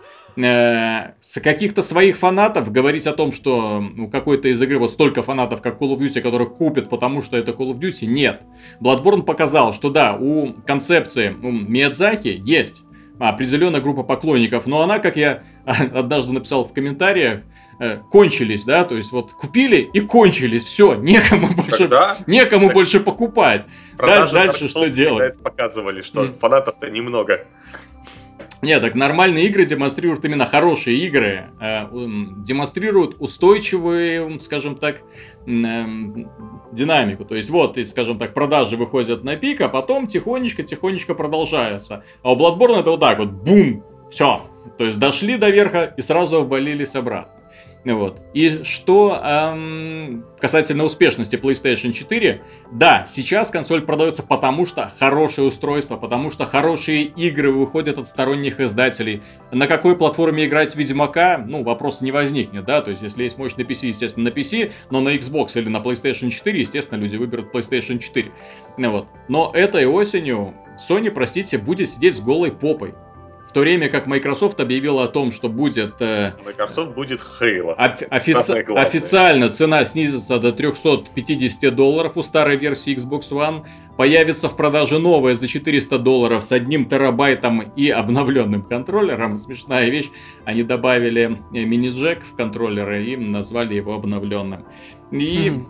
С каких-то своих фанатов говорить о том, что у какой-то из игры вот столько фанатов, как Call of Duty, которых купят, потому что это Call of Duty, нет. Bloodborne показал, что да, у концепции у Миядзаки есть определенная группа поклонников, но она, как я однажды написал в комментариях, кончились, да, то есть вот купили и кончились, все, некому больше, Тогда... некому так... больше покупать. Дальше, дальше что делать? Показывали, что mm. фанатов-то немного. Нет, так нормальные игры демонстрируют именно хорошие игры, э, демонстрируют устойчивую, скажем так, э, динамику. То есть вот, скажем так, продажи выходят на пик, а потом тихонечко-тихонечко продолжаются. А у Bloodborne это вот так вот, бум, все. То есть дошли до верха и сразу обвалились обратно. Вот. И что эм, касательно успешности PlayStation четыре, да, сейчас консоль продается потому, что хорошее устройство, потому что хорошие игры выходят от сторонних издателей. На какой платформе играть в Ведьмака, ну, вопроса не возникнет, да, то есть если есть мощный пи си, естественно, на пи си, но на Xbox или на PlayStation четыре, естественно, люди выберут PlayStation четыре. Вот. Но этой осенью Sony, простите, будет сидеть с голой попой. В то время как Microsoft объявила о том, что будет... Э, Microsoft будет Halo. Офи- офици- официально цена снизится до триста пятьдесят долларов у старой версии Xbox One. Появится в продаже новая за четыреста долларов с одним терабайтом и обновленным контроллером. Смешная вещь. Они добавили мини-джек в контроллеры и назвали его обновленным. И mm-hmm.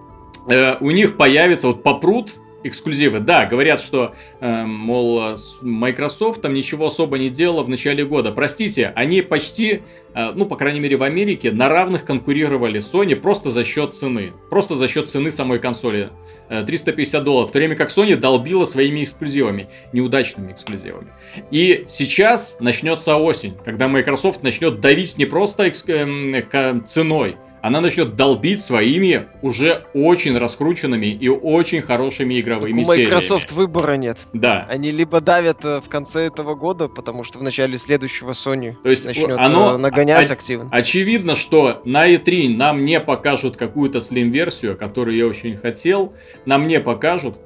э, у них появится, вот попрут эксклюзивы. Да, говорят, что, э, мол, Microsoft там ничего особо не делала в начале года. Простите, они почти, э, ну, по крайней мере, в Америке на равных конкурировали с Sony просто за счет цены. Просто за счет цены самой консоли. Э, триста пятьдесят долларов. В то время как Sony долбила своими эксклюзивами. Неудачными эксклюзивами. И сейчас начнется осень, когда Microsoft начнет давить не просто экск... э, ценой, она начнет долбить своими уже очень раскрученными и очень хорошими игровыми сериями. У Microsoft сериями. Выбора нет. Да. Они либо давят в конце этого года, потому что в начале следующего Sony То есть начнет оно нагонять о- активно. Очевидно, что на и три нам не покажут какую-то слим-версию, которую я очень хотел. Нам не покажут.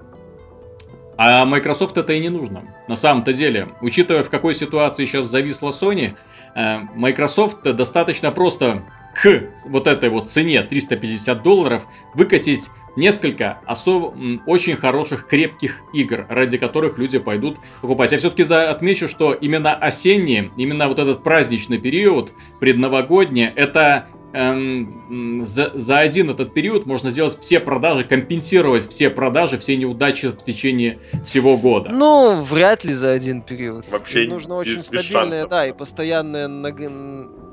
А Microsoft это и не нужно. На самом-то деле, учитывая, в какой ситуации сейчас зависла Sony, Microsoft достаточно просто к вот этой вот цене триста пятьдесят долларов выкосить несколько особо очень хороших, крепких игр, ради которых люди пойдут покупать. Я все-таки отмечу, что именно осенние, именно вот этот праздничный период, предновогодний, это Эм, за, за один этот период можно сделать все продажи, компенсировать все продажи, все неудачи в течение всего года. Ну, вряд ли за один период. Вообще нужно без, очень без стабильное, шансов. да, и постоянное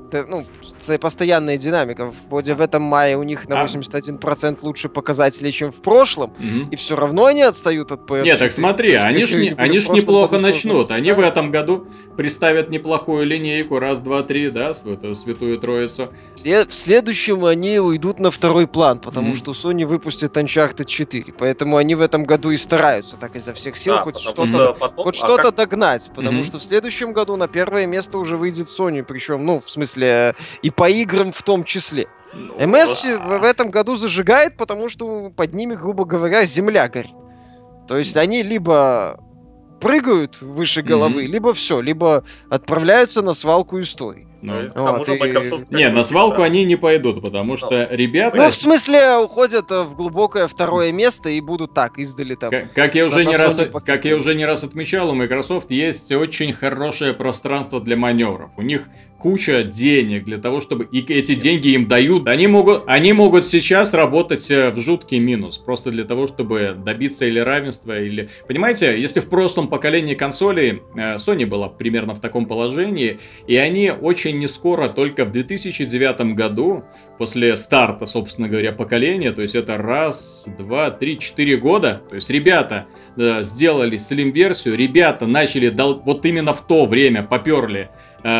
ну, постоянная динамика. Вроде в этом мае у них на восемьдесят один процент лучше показатели, чем в прошлом, угу. и все равно они отстают от пи эс четыре. Нет, так смотри, они ж, не, они ж неплохо начнут. Они в этом году представят неплохую линейку, раз, два, три, да, святую, святую троицу. В следующем они уйдут на второй план, потому mm-hmm. что Sony выпустит Uncharted четыре, поэтому они в этом году и стараются так изо всех сил да, хоть что-то, что потом, хоть а что-то как... догнать, потому mm-hmm. что в следующем году на первое место уже выйдет Sony, причем, ну, в смысле, и по играм в том числе. Ну, эм эс да. в этом году зажигает, потому что под ними, грубо говоря, земля горит. То есть они либо прыгают выше головы, mm-hmm. либо все, либо отправляются на свалку истории. Ну, к тому же Microsoft... Не, на свалку они не пойдут, потому что ребята... Ну, в смысле, уходят в глубокое второе место и будут так, издали там... Как, как, я, уже не раз, как я уже не раз отмечал, у Microsoft есть очень хорошее пространство для маневров. У них куча денег для того, чтобы... И эти деньги им дают. Они могут, они могут сейчас работать в жуткий минус. Просто для того, чтобы добиться или равенства, или... Понимаете, если в прошлом поколении консолей Sony была примерно в таком положении, и они очень не скоро, только в две тысячи девятом году, после старта, собственно говоря, поколения, то есть это раз, два, три, четыре года, то есть ребята э, сделали Slim-версию, ребята начали, дол- вот именно в то время поперли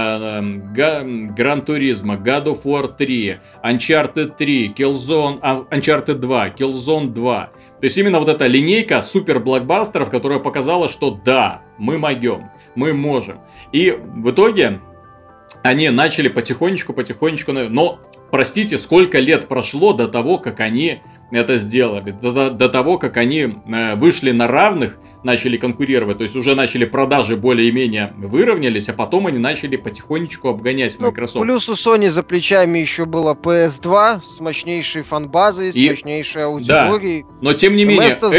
Gran Turismo, God of War три, Uncharted три, Killzone, а, Uncharted два, Killzone два. То есть именно вот эта линейка супер блокбастеров, которая показала, что да, мы могем, мы можем. И в итоге они начали потихонечку-потихонечку, но, простите, сколько лет прошло до того, как они это сделали, до, до того, как они э, вышли на равных, начали конкурировать, то есть уже начали продажи более-менее выровнялись, а потом они начали потихонечку обгонять Microsoft. Ну, плюс у Sony за плечами еще было пи эс два с мощнейшей фан-базой, с и... мощнейшей аудиторией. Да, но тем не менее, это,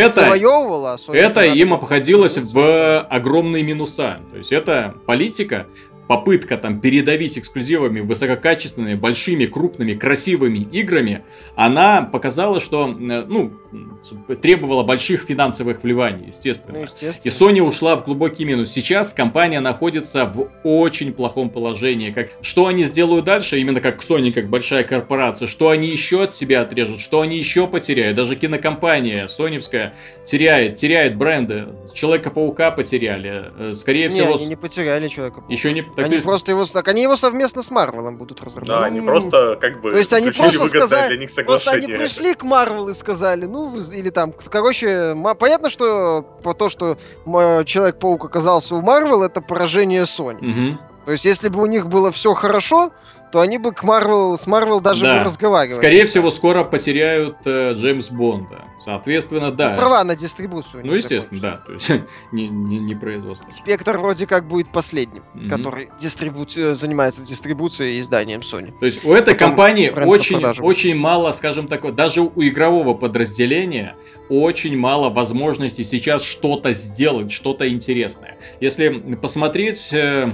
а это им обходилось в огромные минуса, то есть это политика, попытка там передавить эксклюзивами, высококачественными, большими, крупными, красивыми играми, она показала, что, ну, требовала больших финансовых вливаний, естественно. Ну, естественно. И Sony ушла в глубокий минус. Сейчас компания находится в очень плохом положении. Как, что они сделают дальше, именно как Sony, как большая корпорация, что они еще от себя отрежут, что они еще потеряют. Даже кинокомпания соневская теряет, теряет бренды. Человека-паука потеряли. Скорее не, всего... они не потеряли Человека-паука. Еще не... Так они есть... просто его, так они его совместно с Марвелом будут разрабатывать. Да, они просто как бы. То есть они просто сказали, для них соглашение. Просто они пришли к Марвел и сказали, ну или там, короче, понятно, что по то, что Человек-паук оказался у Марвел, это поражение Sony. Угу. То есть если бы у них было все хорошо, то они бы к Marvel, с Marvel даже да. бы разговаривали. Скорее всего, скоро потеряют э, Джеймс Бонда. Соответственно, да. Ну, права на дистрибуцию. Ну, естественно, да. То есть, не, не, не производство. Спектр вроде как будет последним, mm-hmm. который дистрибу... занимается дистрибуцией и изданием Sony. То есть у этой Потом компании очень, очень мало, скажем так, даже у игрового подразделения очень мало возможностей сейчас что-то сделать, что-то интересное. Если посмотреть э,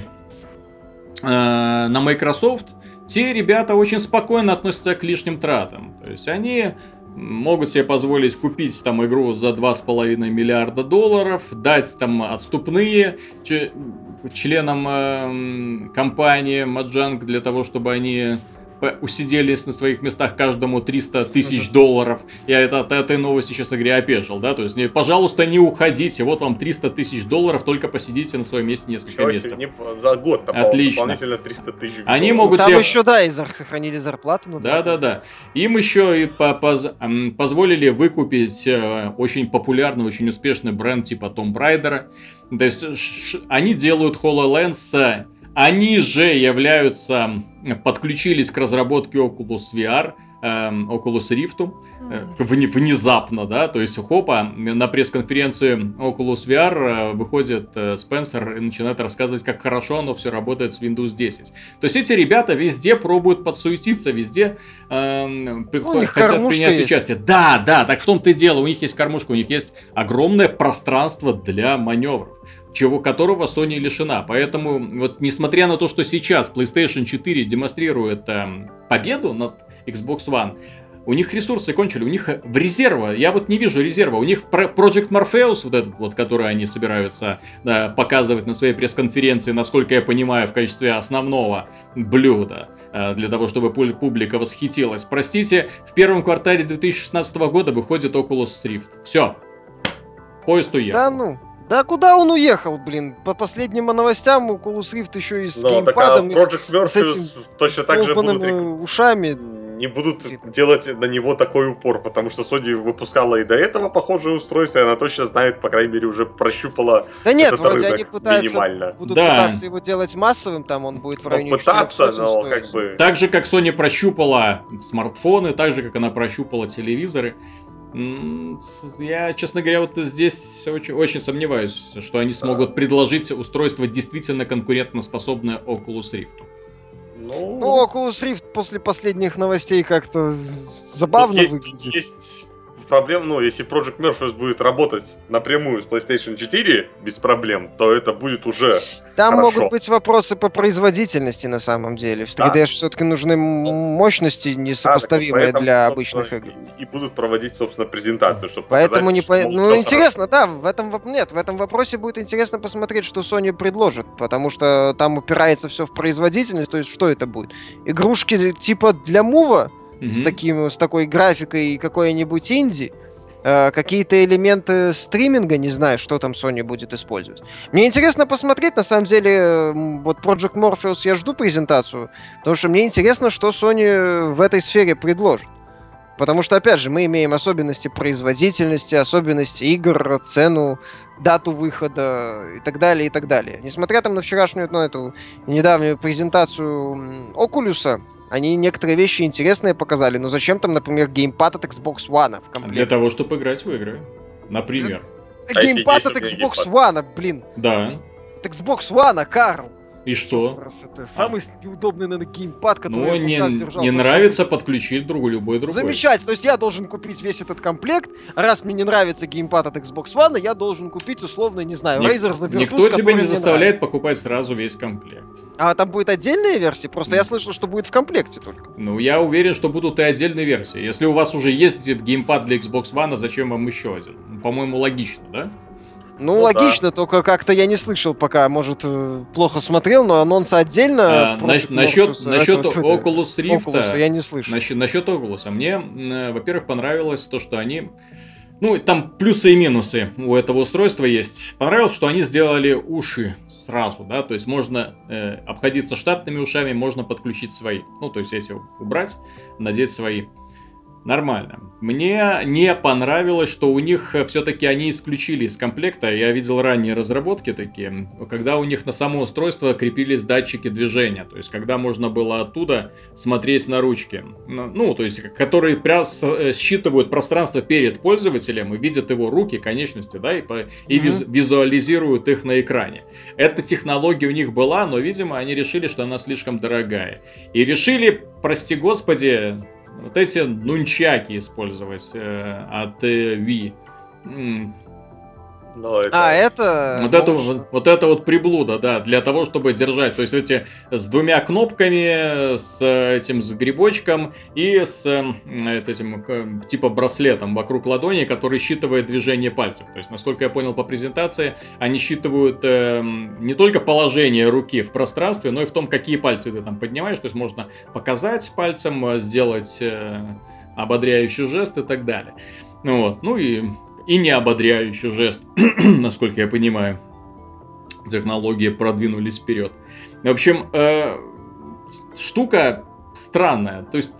э, на Microsoft, те ребята очень спокойно относятся к лишним тратам. То есть они могут себе позволить купить там игру за два с половиной миллиарда долларов, дать там отступные ч- членам э, компании Mojang для того, чтобы они усиделись на своих местах, каждому триста тысяч долларов. Я это, от этой новости, честно говоря, опешил, да, то есть, не, пожалуйста, не уходите, вот вам триста тысяч долларов, только посидите на своем месте несколько Чего месяцев. Не, за год Отлично. Дополнительно триста тысяч долларов. Они могут Там себе... еще, да, и сохранили зарплату. Ну, да, да, да. Им еще и поз... позволили выкупить очень популярный, очень успешный бренд типа Tomb Raider. То есть, ш... они делают HoloLens. Они же являются, подключились к разработке Oculus ви ар, э, Oculus Rift, э, внезапно, да, то есть, хопа, на пресс-конференции Oculus ви ар выходит э, Спенсер и начинает рассказывать, как хорошо оно все работает с Windows десять. То есть, эти ребята везде пробуют подсуетиться, везде э, ну, хотят принять есть. участие. Да, да, так в том-то и дело, у них есть кормушка, у них есть огромное пространство для маневров, чего которого Sony лишена. Поэтому, вот несмотря на то, что сейчас PlayStation четыре демонстрирует э, победу над Xbox One, У них ресурсы кончили, у них в резерва, я вот не вижу резерва. У них Project Morpheus, вот этот вот, который они собираются да, показывать на своей пресс-конференции, насколько я понимаю, в качестве основного блюда, для того, чтобы публика восхитилась. Простите, в первом квартале две тысячи шестнадцатого года выходит Oculus Rift. Все. Поезд уехал. Да ну. Да куда он уехал, блин? По последним новостям Oculus Rift еще и с Но, геймпадом, так, а Project Morpheus с этим точно так же будут ушами. Не будут делать на него такой упор, потому что Sony выпускала и до этого похожее устройство, и она точно знает, по крайней мере, уже прощупала да нет, этот вроде рынок они пытаются, минимально. Будут да. пытаться его делать массовым, там он будет в районе Пытаться, но как бы... Так же, как Sony прощупала смартфоны, так же, как она прощупала телевизоры. Я, честно говоря, вот здесь очень, очень сомневаюсь, что они смогут да. предложить устройство действительно конкурентоспособное Oculus Rift. Ну, ну, Oculus Rift после последних новостей как-то забавно есть, выглядит. Есть проблем, ну, если Project Morpheus будет работать напрямую с PlayStation четыре без проблем, то это будет уже Там хорошо. Могут быть вопросы по производительности на самом деле. В три дэ да. все-таки нужны мощности несопоставимые да, для обычных игр. И будут проводить, собственно, презентацию, чтобы Поэтому показать, не по... что, Ну, интересно, хорошо. Да, в этом, нет, в этом вопросе будет интересно посмотреть, что Sony предложит, потому что там упирается все в производительность, то есть что это будет? Игрушки типа для мува? Mm-hmm. С, таким, с такой графикой и какой-нибудь инди, э, какие-то элементы стриминга, не знаю, что там Sony будет использовать. Мне интересно посмотреть, на самом деле, э, вот Project Morpheus я жду презентацию, потому что мне интересно, что Sony в этой сфере предложит. Потому что, опять же, мы имеем особенности производительности, особенности игр, цену, дату выхода и так далее, и так далее. Несмотря там на вчерашнюю, ну, эту недавнюю презентацию Oculus, они некоторые вещи интересные показали, но зачем там, например, геймпад от Xbox One в комплекте? Для того, чтобы играть в игры, например. А геймпад от Xbox One, блин. Да. От Xbox One, Карл. И что? Это самый а. неудобный, наверное, геймпад, который ну, я не, держал. Не нравится, подключить другой, любой другой. Замечательно. То есть я должен купить весь этот комплект, а раз мне не нравится геймпад от Xbox One, я должен купить условно, не знаю, Ник- Razer Zabertus, Никто тебя не заставляет нравится. покупать сразу весь комплект. А там будет отдельная версия? Просто mm. я слышал, что будет в комплекте только. Ну, я уверен, что будут и отдельные версии. Если у вас уже есть геймпад для Xbox One, зачем вам еще один? По-моему, логично, да? Ну, ну логично, да. Только как-то я не слышал пока, может, плохо смотрел, но анонсы отдельно. А, насчет насчет этого, Oculus Rift, Oculus, я не слышал. Насчет, насчет Oculus, мне, во-первых, понравилось то, что они... Ну, там плюсы и минусы у этого устройства есть. Понравилось, что они сделали уши сразу, да, то есть можно э, обходиться штатными ушами, можно подключить свои. Ну, то есть эти убрать, надеть свои. Нормально. Мне не понравилось, что у них все-таки они исключили из комплекта. Я видел ранние разработки такие, когда у них на само устройство крепились датчики движения. То есть, когда можно было оттуда смотреть на ручки. Ну, то есть, которые считывают пространство перед пользователем и видят его руки, конечности, да, и, по, и mm-hmm. визуализируют их на экране. Эта технология у них была, но, видимо, они решили, что она слишком дорогая. И решили, прости господи, вот эти нунчаки использовать э, от э, Wii. М- Но это... А, это... Вот, это вот, вот это вот приблуда, да, для того, чтобы держать. То есть эти с двумя кнопками, с этим с грибочком и с этим типа браслетом вокруг ладони, который считывает движение пальцев. То есть, насколько я понял по презентации, они считывают э, не только положение руки в пространстве, но и в том, какие пальцы ты там поднимаешь. То есть можно показать пальцем, сделать э, ободряющий жест и так далее. Вот. Ну и... И не ободряющий жест, насколько я понимаю. Технологии продвинулись вперед. В общем, э, штука странная. То есть,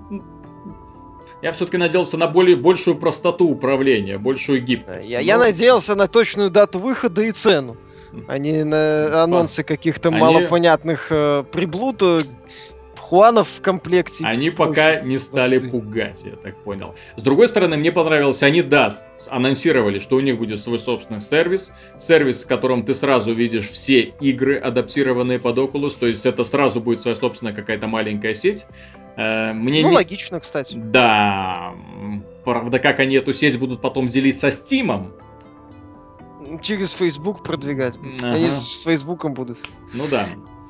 я все-таки надеялся на более, большую простоту управления, большую гибкость. Я, Но... я надеялся на точную дату выхода и цену, а не на анонсы каких-то Они... малопонятных э, приблуд. Хуанов в комплекте. Они пока не стали пугать, я так понял. С другой стороны, мне понравилось, они, да, анонсировали, что у них будет свой собственный сервис. Сервис, в котором ты сразу видишь все игры, адаптированные под Oculus. То есть это сразу будет своя собственная какая-то маленькая сеть. Мне ну, не... логично, кстати. Да. Правда, как они эту сеть будут потом делить со Steam'ом? Через Facebook продвигать. Ага. Они с Фейсбуком будут. Ну да.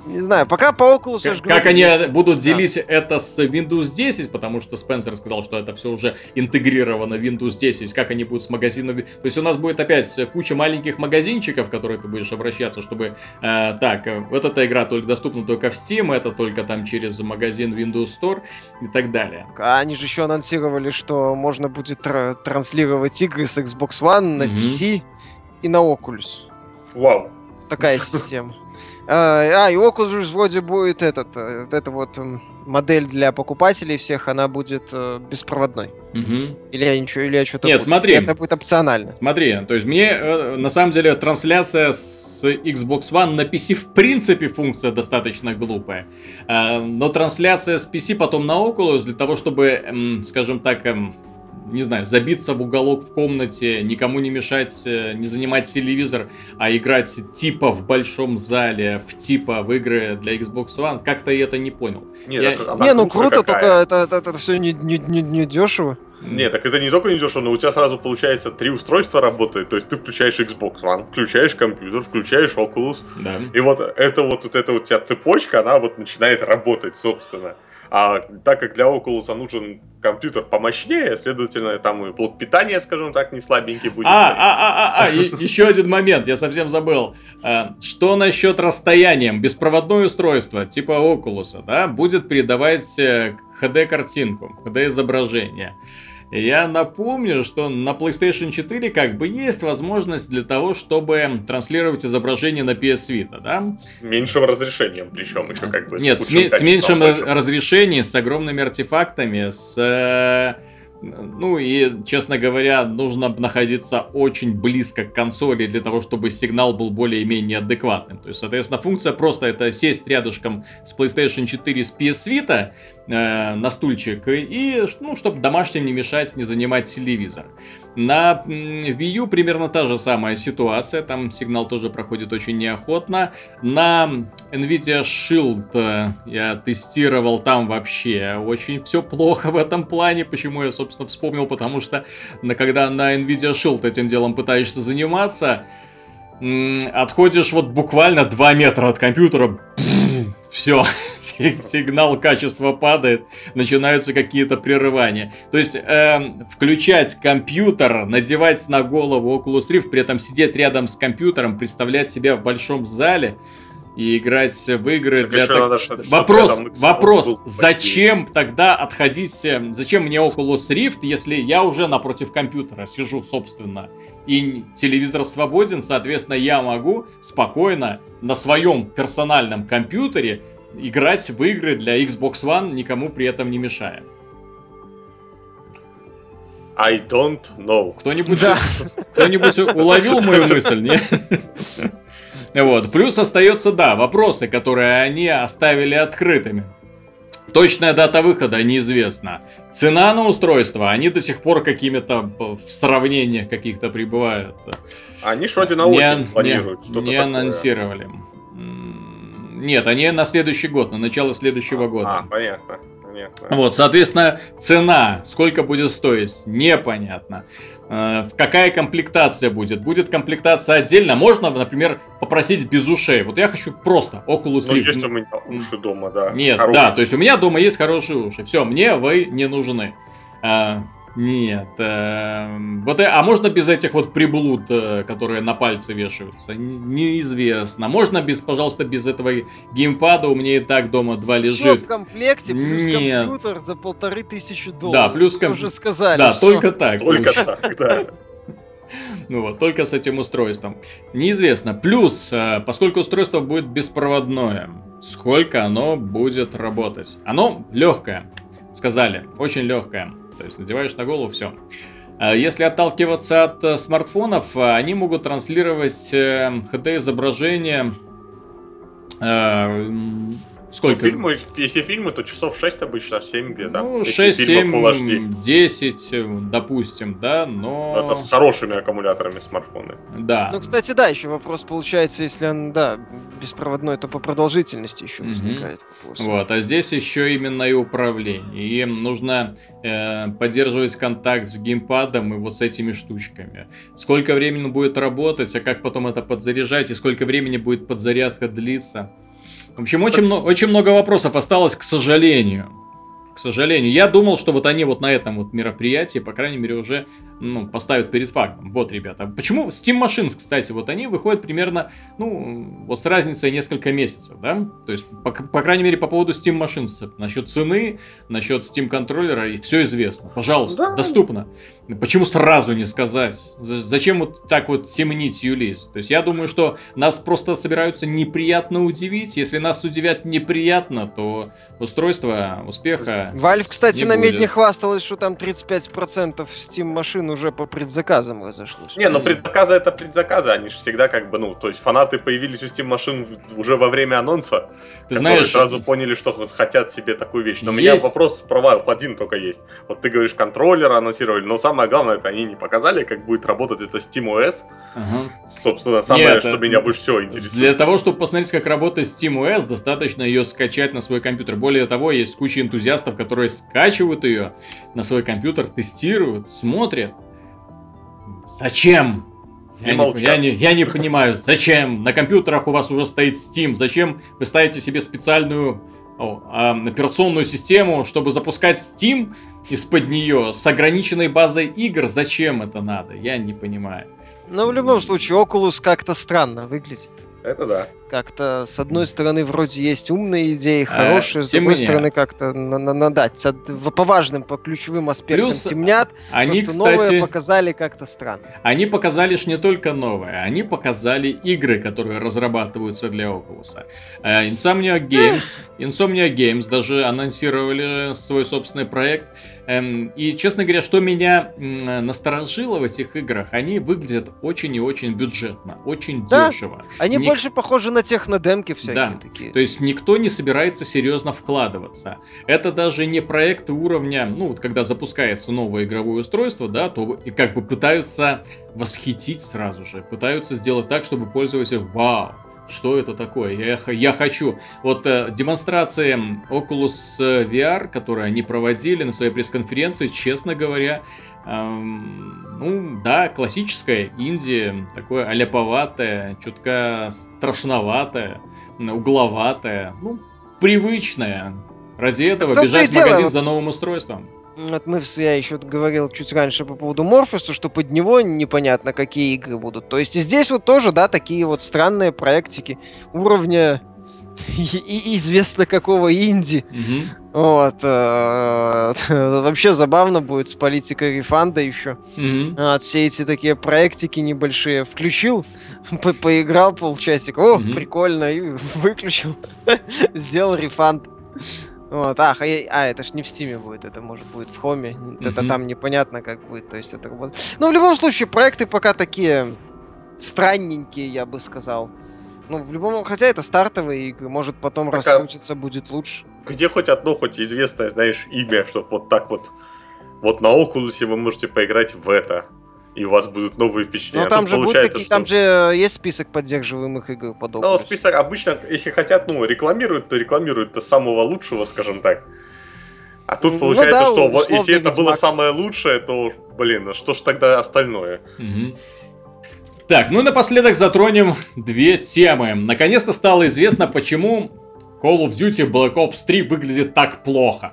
Не знаю, пока по Oculus... Как, как они будут делить это с Windows десять, потому что Спенсер сказал, что это все уже интегрировано в Windows десять, как они будут с магазинами... То есть у нас будет опять куча маленьких магазинчиков, в которые ты будешь обращаться, чтобы... Э, так, вот эта игра только доступна только в Steam, это только там через магазин Windows Store и так далее. А они же еще анонсировали, что можно будет тр- транслировать игры с Xbox One на mm-hmm. пи си и на Oculus. Вау. Такая система. А, и Oculus вроде будет этот, вот эта вот модель для покупателей всех, она будет э, беспроводной. Угу. Или я ничего, или я что-то... Нет, буду. смотри. Это будет опционально. Смотри, то есть мне, э, на самом деле, трансляция с Xbox One на пи си в принципе функция достаточно глупая. Э, но трансляция с пи си потом на Oculus для того, чтобы, э, скажем так... Э, не знаю, забиться в уголок в комнате, никому не мешать, не занимать телевизор, а играть типа в большом зале, в типа в игры для Xbox One, как-то я это не понял. Нет, я... это, не, ну круто, какая. Только это, это, это все не, не, не, не дешево. Нет, так это не только не дешево, но у тебя сразу получается три устройства работает. То есть ты включаешь Xbox One, включаешь компьютер, включаешь Oculus. Да. И вот это вот, вот эта вот у тебя цепочка, она вот начинает работать, собственно. А так как для Oculus нужен компьютер помощнее, следовательно, там и блок питания, скажем так, не слабенький будет. А, а, а, а, а, еще один момент, я совсем забыл. Что насчет расстоянием? Беспроводное устройство типа Oculus, да, будет передавать эйч ди-картинку, эйч ди-изображение. Я напомню, что на PlayStation четыре как бы есть возможность для того, чтобы транслировать изображение на пи эс Vita, да? С меньшим разрешением, причем еще как бы. Нет, с, ме- с меньшим разрешением, с огромными артефактами, с... Ну и, честно говоря, нужно находиться очень близко к консоли для того, чтобы сигнал был более-менее адекватным. То есть, соответственно, функция просто это сесть рядышком с PlayStation четыре с пи эс Vita э, на стульчик и, ну, чтобы домашним не мешать, не занимать телевизор. На Wii U примерно та же самая ситуация, там сигнал тоже проходит очень неохотно. На Nvidia Shield я тестировал, там вообще очень все плохо в этом плане. Почему я, собственно, вспомнил, потому что когда на Nvidia Shield этим делом пытаешься заниматься, отходишь вот буквально два метра от компьютера, все, сигнал, качество падает, начинаются какие-то прерывания. То есть э, включать компьютер, надевать на голову Oculus Rift, при этом сидеть рядом с компьютером, представлять себя в большом зале и играть в игры так для... Так... Надо, что, вопрос, вопрос, зачем тогда отходить, зачем мне Oculus Rift, если я уже напротив компьютера сижу, собственно, и телевизор свободен, соответственно, я могу спокойно на своем персональном компьютере играть в игры для Xbox One, никому при этом не мешая. I don't know. Кто-нибудь, да. кто-нибудь уловил мою мысль, нет? Вот. Плюс остается, да, вопросы, которые они оставили открытыми. Точная дата выхода неизвестна. Цена на устройство, они до сих пор какими-то в сравнениях каких-то пребывают. Они ж вроде на осень не, планируют. Не, не анонсировали. Нет, они на следующий год, на начало следующего а, года. А, понятно. понятно. Вот, соответственно, цена, сколько будет стоить, непонятно. Какая комплектация будет? Будет комплектация отдельно? Можно, например, попросить без ушей. Вот я хочу просто Oculus Rift. Ну, есть у меня уши дома, да. Нет, хорошие. Да, то есть у меня дома есть хорошие уши. Все, мне вы не нужны. А, нет. А, вот, а можно без этих вот приблуд, которые на пальцы вешаются? Неизвестно. Можно без, пожалуйста, без этого геймпада? У меня и так дома два лежит. Все в комплекте, плюс нет. компьютер за полторы тысячи долларов. Да, плюс компьютер. Уже сказали. Да, все. только так. Только так, да. Ну вот, только с этим устройством. Неизвестно. Плюс, поскольку устройство будет беспроводное, сколько оно будет работать? Оно легкое, сказали, очень легкое. То есть надеваешь на голову, все. Если отталкиваться от смартфонов, они могут транслировать эйч ди-изображение. Сколько? Ну, фильмы, если фильмы, то часов шесть обычно, семь где-то. Ну, шесть, семь, десять, допустим, да, но... Это с хорошими аккумуляторами смартфоны. Да. Ну, кстати, да, еще вопрос получается, если он, да, беспроводной, то по продолжительности еще mm-hmm. возникает вопрос. Вот, а здесь еще именно и управление. И им нужно э, поддерживать контакт с геймпадом и вот с этими штучками. Сколько времени будет работать, а как потом это подзаряжать, и сколько времени будет подзарядка длиться. В общем, очень, очень много вопросов осталось, к сожалению. К сожалению. Я думал, что вот они вот на этом вот мероприятии, по крайней мере, уже ну, поставят перед фактом. Вот, ребята. Почему Steam Machines, кстати, вот они выходят примерно, ну, вот с разницей несколько месяцев, да? То есть, по, по крайней мере, по поводу Steam Machines. Насчет цены, насчет Steam контроллера, и все известно. Пожалуйста, да. Доступно. Почему сразу не сказать? Зачем вот так вот темнить юлис? То есть, я думаю, что нас просто собираются неприятно удивить. Если нас удивят неприятно, то устройство успеха Valve, кстати, на медне хвасталась, что там тридцать пять процентов Steam машин уже по предзаказам разошлось. Не, ну предзаказы это предзаказы, они же всегда как бы, ну, то есть фанаты появились у Steam машин уже во время анонса, ты которые знаешь, сразу поняли, что хотят себе такую вещь. Но у меня вопрос про Valve один только есть. Вот ты говоришь, контроллер анонсировали, но самое главное, это они не показали, как будет работать это SteamOS. Ага. Собственно, самое, Нет, что меня больше всего интересует. Для того, чтобы посмотреть, как работает SteamOS, достаточно ее скачать на свой компьютер. Более того, есть куча энтузиастов, которые скачивают ее на свой компьютер, тестируют, смотрят. Зачем? Я не, я, не, я не понимаю, зачем? На компьютерах у вас уже стоит Steam. Зачем вы ставите себе специальную о, а, операционную систему, чтобы запускать Steam из-под нее с ограниченной базой игр? Зачем это надо? Я не понимаю. Но в любом случае, Oculus как-то странно выглядит. Это да. Как-то, с одной стороны, вроде есть умные идеи, хорошие, а, с другой темнят. Стороны, как-то надать. По важным, по ключевым аспектам Плюс темнят. Они, то, что кстати, новые показали как-то странно. Они показали ж не только новое, они показали игры, которые разрабатываются для Oculus. Insomniac Games, Insomniac Games даже анонсировали свой собственный проект. И, честно говоря, что меня насторожило в этих играх, они выглядят очень и очень бюджетно, очень да, дешево. Они Ник... больше похожи на технодемки всякие да. такие. То есть никто не собирается серьезно вкладываться. Это даже не проекты уровня, ну вот когда запускается новое игровое устройство, да, то и как бы пытаются восхитить сразу же, пытаются сделать так, чтобы пользователь, вау, что это такое? Я, я хочу. Вот э, демонстрации Oculus ви ар, которые они проводили на своей пресс-конференции, честно говоря, эм, ну да, классическая инди, такое аляповатое, чутка страшноватое, угловатое, ну, привычное. Ради этого так бежать в магазин вот... за новым устройством. Вот мы, я еще говорил чуть раньше по поводу Морфуса, что под него непонятно, какие игры будут. То есть и здесь вот тоже, да, такие вот странные проектики уровня и известно какого инди. Mm-hmm. Вот. Вообще забавно будет с политикой рефанда еще. Mm-hmm. Вот, все эти такие проектики небольшие включил, по- поиграл полчасика, о, mm-hmm. прикольно, и выключил, сделал рефанд. Вот, ах, а, а, это ж не в Стиме будет, это может будет в Хоме, mm-hmm. это там непонятно как будет, то есть это работает. Но в любом случае, проекты пока такие странненькие, я бы сказал. Ну, в любом, хотя это стартовые игры, может потом так раскрутиться, а будет лучше. Где хоть одно, хоть известное, знаешь, имя, чтобы вот так вот, вот на Oculus вы можете поиграть в это. И у вас будут новые впечатления. Ну там а же будут такие, что... там же есть список поддерживаемых игр подобных. Ну, список обычно, если хотят, ну, рекламируют, то рекламируют то самого лучшего, скажем так. А тут ну, получается, да, что вот, если это Ведьмак. Было самое лучшее, то, блин, что ж тогда остальное? Угу. Так, ну и напоследок затронем две темы. Наконец-то стало известно, почему Call of Duty Black Ops три выглядит так плохо.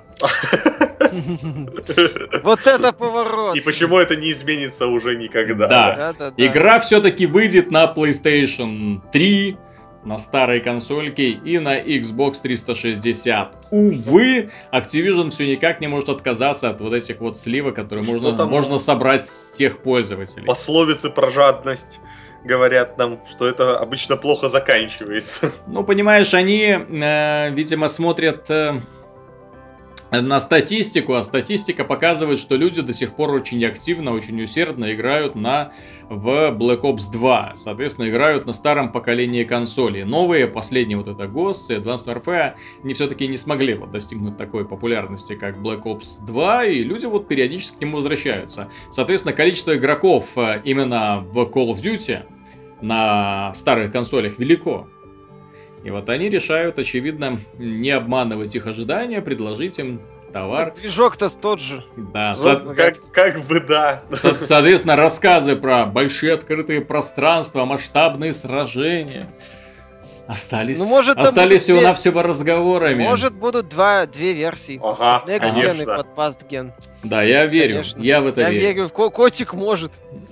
Вот это поворот! И почему это не изменится уже никогда? Да, да, да, да. Игра все-таки выйдет на PlayStation три, на старой консольке и на Xbox триста шестьдесят. Увы, Activision все никак не может отказаться от вот этих вот сливок, которые можно, можно собрать с тех пользователей. Пословицы про жадность говорят нам, что это обычно плохо заканчивается. Ну, понимаешь, они, э, видимо, смотрят... Э, на статистику, а статистика показывает, что люди до сих пор очень активно, очень усердно играют на в Black Ops два. Соответственно, играют на старом поколении консолей. Новые, последние вот это Ghosts и Advanced Warfare, они все-таки не смогли вот достигнуть такой популярности, как Black Ops два, и люди вот периодически к нему возвращаются. Соответственно, количество игроков именно в Call of Duty на старых консолях велико. И вот они решают, очевидно, не обманывать их ожидания, предложить им товар. Движок-то тот же. Да, со- как, как бы да. Со- соответственно, рассказы про большие открытые пространства, масштабные сражения. Остались, ну, может, остались всего-навсего две... разговорами. Может, будут два, две версии. Ага, Next Gen и под Past Gen. Да, я верю, конечно. я в это я верю. Я верю, Ко- котик может.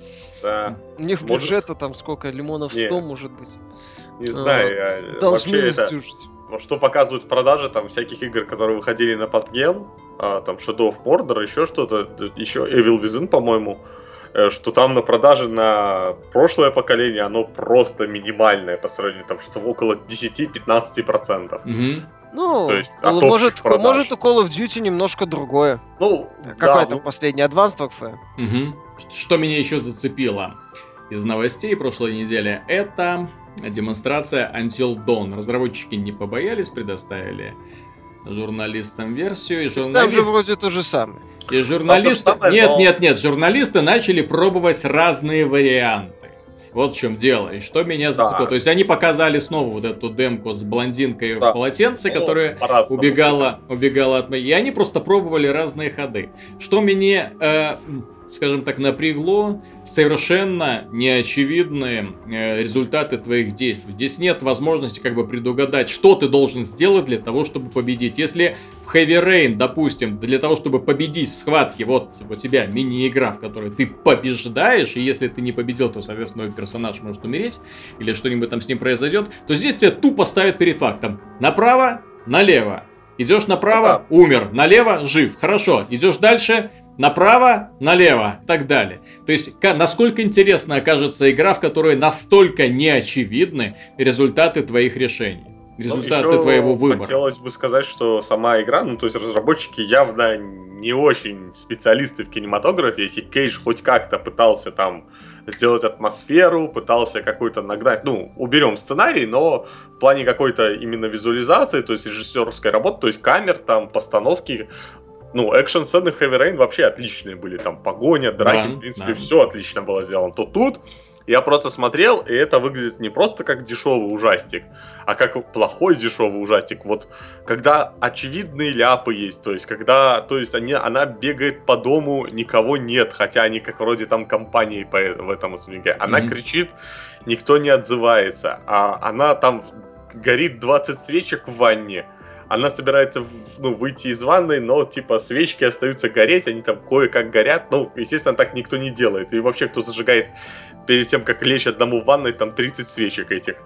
Да. У них может... бюджета там сколько, лимонов сто, не. может быть. Не знаю, я... Должны это... Что показывают в продаже там всяких игр, которые выходили на Past Gen, а, там Shadow of Mordor, еще что-то, еще Evil Within, по-моему, что там на продаже на прошлое поколение оно просто минимальное по сравнению, там что около десять-пятнадцать процентов. Mm-hmm. Ну, то есть, может, может у Call of Duty немножко другое. Ну, какой да, там ну... последний? Advanced Warfare? Mm-hmm. Что меня еще зацепило из новостей прошлой недели, это демонстрация Until Dawn. Разработчики не побоялись, предоставили журналистам версию. И журналист... Там же вроде то же самое. И журналисты... Самое, нет, но... нет, нет, журналисты начали пробовать разные варианты. Вот в чем дело. И что меня зацепило. Да. То есть они показали снова вот эту демку с блондинкой да. в полотенце, ну, которая убегала, убегала от моей. И они просто пробовали разные ходы. Что меня, э, скажем так, напрягло, совершенно неочевидные э, результаты твоих действий. Здесь нет возможности как бы предугадать, что ты должен сделать для того, чтобы победить. Если в Heavy Rain, допустим, для того, чтобы победить в схватке, вот у тебя мини-игра, в которой ты побеждаешь, и если ты не победил, то, соответственно, персонаж может умереть, или что-нибудь там с ним произойдет, то здесь тебя тупо ставят перед фактом. Направо, налево. Идешь направо, умер. Налево, жив. Хорошо. Идешь дальше, направо, налево, и так далее. То есть, насколько интересно окажется игра, в которой настолько неочевидны результаты твоих решений. Результаты ну, твоего выбора. Хотелось бы сказать, что сама игра, ну то есть разработчики явно не очень специалисты в кинематографе. Если Кейдж хоть как-то пытался там сделать атмосферу, пытался какой-то нагнать, ну уберем сценарий, но в плане какой-то именно визуализации, то есть режиссерской работы, то есть камер, там постановки. Ну, экшн-сцены в Heavy Rain вообще отличные были. Там погоня, драки, да, в принципе, да. все отлично было сделано. То тут я просто смотрел, и это выглядит не просто как дешевый ужастик, а как плохой дешевый ужастик. Вот когда очевидные ляпы есть, то есть когда, то есть они, она бегает по дому, никого нет, хотя они как вроде там компанией по, в этом особняке. Она mm-hmm. кричит, никто не отзывается, а она там горит двадцать свечек в ванне. Она собирается, ну, выйти из ванной, но, типа, свечки остаются гореть, они там кое-как горят. Ну, естественно, так никто не делает. И вообще, кто зажигает перед тем, как лечь одному в ванной, там тридцать свечек этих.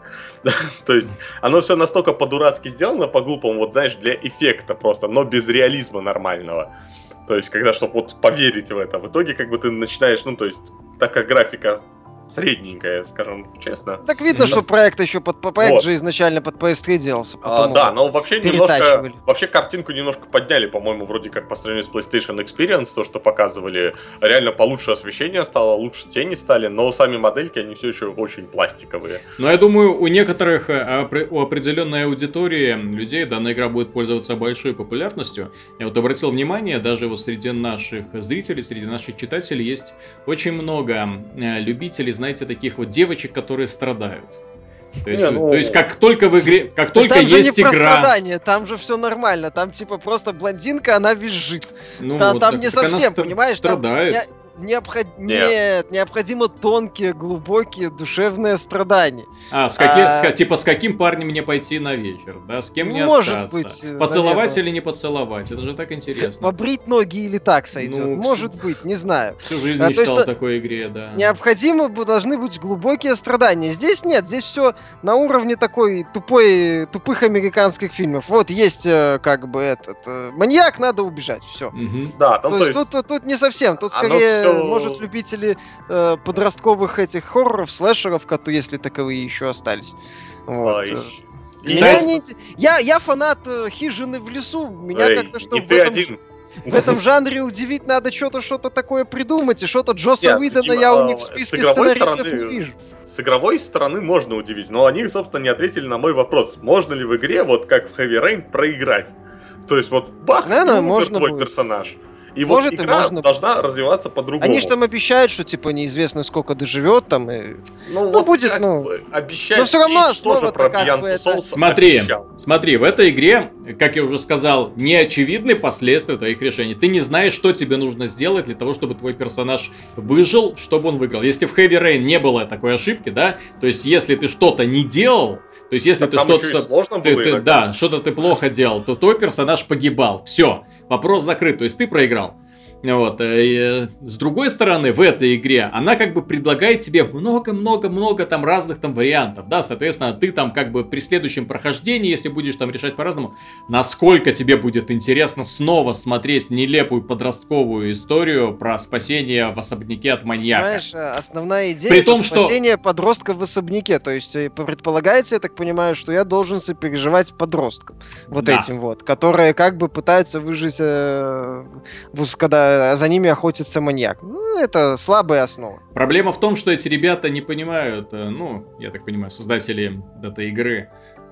То есть, оно все настолько по-дурацки сделано, по-глупому, вот, знаешь, для эффекта просто, но без реализма нормального. То есть, когда, чтобы вот поверить в это. В итоге, как бы, ты начинаешь, ну, то есть, так как графика средненькая, скажем честно. Так видно, mm-hmm. что проект еще под проект вот. же изначально под пи эс три делался. А, да, но вообще немножко, вообще картинку немножко подняли, по-моему, вроде как по сравнению с PlayStation Experience, то, что показывали, реально получше освещение стало, лучше тени стали, но сами модельки, они все еще очень пластиковые. Но я думаю, у некоторых, у определенной аудитории людей данная игра будет пользоваться большой популярностью. Я вот обратил внимание, даже вот среди наших зрителей, среди наших читателей есть очень много любителей, знаете, таких вот девочек, которые страдают. То есть, не, ну... то есть как только в игре, как только там есть же не игра... Про страдания, там же все нормально, там типа просто блондинка, она визжит. Ну, там, вот, там так, не совсем, понимаешь? Страдает. Там... Необход... Нет. Нет, необходимо тонкие, глубокие, душевные страдания. А, с каким, а... С, типа, с каким парнем мне пойти на вечер, да? С кем мне Может остаться? Быть, поцеловать наверное. Или не поцеловать? Это же так интересно. Побрить ноги или так сойдет? Ну, Может всю... быть, не знаю. Всю жизнь а, мечтал о такой игре, да. Необходимо должны быть глубокие страдания. Здесь нет, здесь все на уровне такой тупой, тупых американских фильмов. Вот есть как бы этот маньяк, надо убежать, все. Угу. Да, там, то, то есть, есть тут, тут не совсем, тут скорее все... может любить Э, подростковых этих хорроров, слэшеров, если таковые еще остались. Вот. Ой. Меня не... я, я фанат э, хижины в лесу. Меня Эй, как-то что в этом, ж... в этом жанре удивить надо что-то что-то такое придумать. И что-то Джосса Нет, Уидона я у них в списке сценаристов стороны, не вижу. С игровой стороны можно удивить, но они, собственно, не ответили на мой вопрос. Можно ли в игре, вот как в Heavy Rain, проиграть? То есть вот бах, Наверное, и умер можно твой будет. персонаж. И Может, вот игра можно... должна развиваться по-другому. Они же там обещают, что типа неизвестно сколько доживет там и... Ну, ну вот будет, ну... Обещать, но все равно основа про как бы это... Смотри, смотри, в этой игре, как я уже сказал, не очевидны последствия твоих решений. Ты не знаешь, что тебе нужно сделать для того, чтобы твой персонаж выжил, чтобы он выиграл. Если в Heavy Rain не было такой ошибки, да, то есть если ты что-то не делал, то есть если так ты что-то... Ты, ты, да, что-то ты плохо делал, то твой персонаж погибал. Все, вопрос закрыт, то есть ты проиграл. Вот. И, с другой стороны, в этой игре она как бы предлагает тебе много-много-много там разных там вариантов, да, соответственно, ты там как бы при следующем прохождении, если будешь там решать по-разному, насколько тебе будет интересно снова смотреть нелепую подростковую историю про спасение в особняке от маньяка. Знаешь, основная идея при том, спасение что... подростка в особняке, то есть предполагается, я так понимаю, что я должен сопереживать подросткам, вот да. этим вот, которые как бы пытаются выжить, э, когда за ними охотится маньяк. Ну, это слабая основа. Проблема в том, что эти ребята не понимают, ну, я так понимаю, создатели этой игры,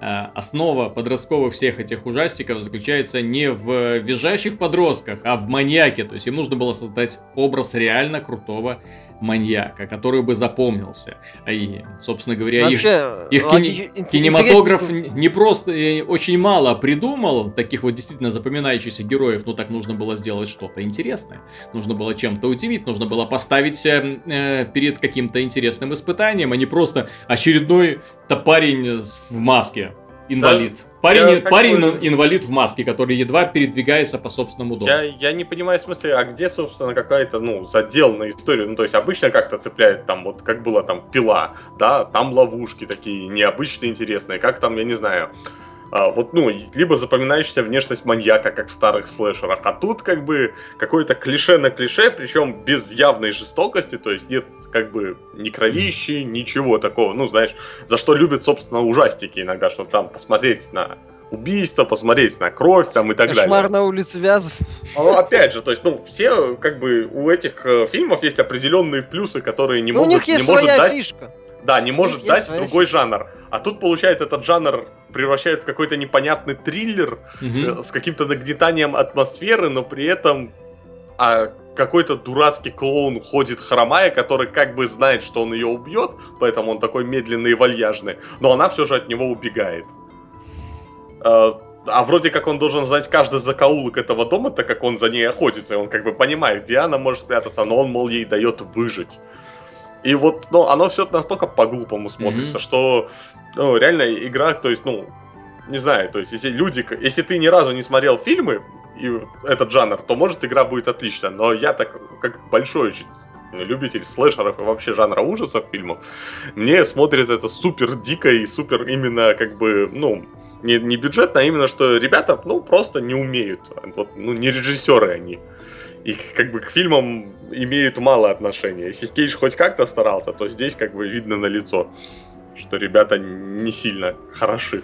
основа подростковых всех этих ужастиков заключается не в визжащих подростках, а в маньяке. То есть им нужно было создать образ реально крутого маньяка, который бы запомнился. И, собственно говоря, Вообще, их, их логи... кини... кинематограф не просто, очень мало придумал таких вот действительно запоминающихся героев, но так нужно было сделать что-то интересное. Нужно было чем-то удивить, нужно было поставить э, перед каким-то интересным испытанием, а не просто очередной парень в маске. Инвалид. Да? Парень, парень бы... инвалид в маске, который едва передвигается по собственному дому. Я, я не понимаю в смысле, а где, собственно, какая-то, ну, заделанная история? Ну, то есть, обычно как-то цепляет там, вот, как было там Пила, да, там ловушки такие необычные, интересные, как там, я не знаю... А, вот, ну, либо запоминающаяся внешность маньяка, как в старых слэшерах, а тут как бы какое-то клише на клише, причем без явной жестокости, то есть нет как бы ни кровищи, ничего такого, ну, знаешь, за что любят, собственно, ужастики иногда, чтобы там посмотреть на убийство, посмотреть на кровь там и так Кошмар далее. Кошмар на улице Вязов. Ну, опять же, то есть, ну, все, как бы, у этих э, фильмов есть определенные плюсы, которые не Но могут, у них есть не может своя дать... фишка. Да, не может дать другой жанр. А тут, получается, этот жанр превращает в какой-то непонятный триллер mm-hmm. с каким-то нагнетанием атмосферы, но при этом а, какой-то дурацкий клоун ходит хромая, который как бы знает, что он ее убьет, поэтому он такой медленный и вальяжный, но она все же от него убегает. А, а вроде как он должен знать каждый закоулок этого дома, так как он за ней охотится, и он как бы понимает, где она может спрятаться, но он, мол, ей дает выжить. И вот, ну, оно все настолько по-глупому смотрится, mm-hmm. что, ну, реально игра, то есть, ну, не знаю, то есть, если люди, если ты ни разу не смотрел фильмы и этот жанр, то, может, игра будет отличная, но я так, как большой любитель слэшеров и вообще жанра ужасов фильмов, мне смотрится это супер дико и супер именно, как бы, ну, не, не бюджетно, а именно, что ребята, ну, просто не умеют, вот, ну, не режиссеры они. И как бы к фильмам имеют мало отношения. Если Кейдж хоть как-то старался, то здесь как бы видно налицо, что ребята не сильно хороши.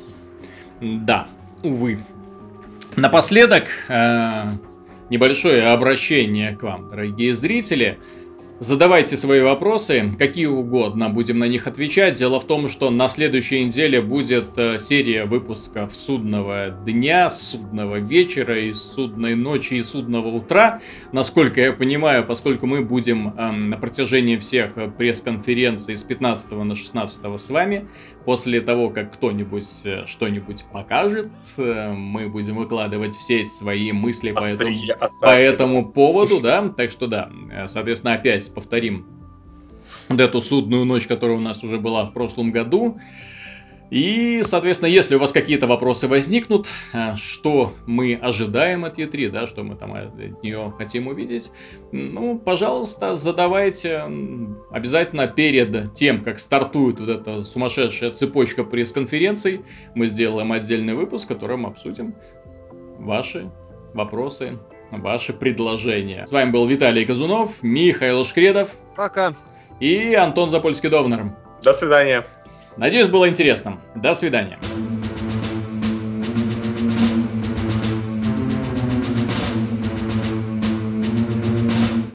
Да, увы. Напоследок, э, небольшое обращение к вам, дорогие зрители. Задавайте свои вопросы, какие угодно, будем на них отвечать. Дело в том, что на следующей неделе будет э, серия выпусков судного дня, судного вечера, и судной ночи, и судного утра. Насколько я понимаю, поскольку мы будем э, на протяжении всех пресс-конференций с пятнадцатого на шестнадцатое с вами, после того, как кто-нибудь э, что-нибудь покажет, э, мы будем выкладывать все свои мысли по этому, по этому поводу, да, так что да, соответственно, опять повторим вот эту судную ночь, которая у нас уже была в прошлом году. И, соответственно, если у вас какие-то вопросы возникнут, что мы ожидаем от и три, да, что мы там от нее хотим увидеть, ну, пожалуйста, задавайте обязательно перед тем, как стартует вот эта сумасшедшая цепочка пресс-конференций. Мы сделаем отдельный выпуск, в котором обсудим ваши вопросы, ваши предложения. С вами был Виталий Казунов, Михаил Шкредов. Пока. И Антон Запольский-Довнер. До свидания. Надеюсь, было интересно. До свидания.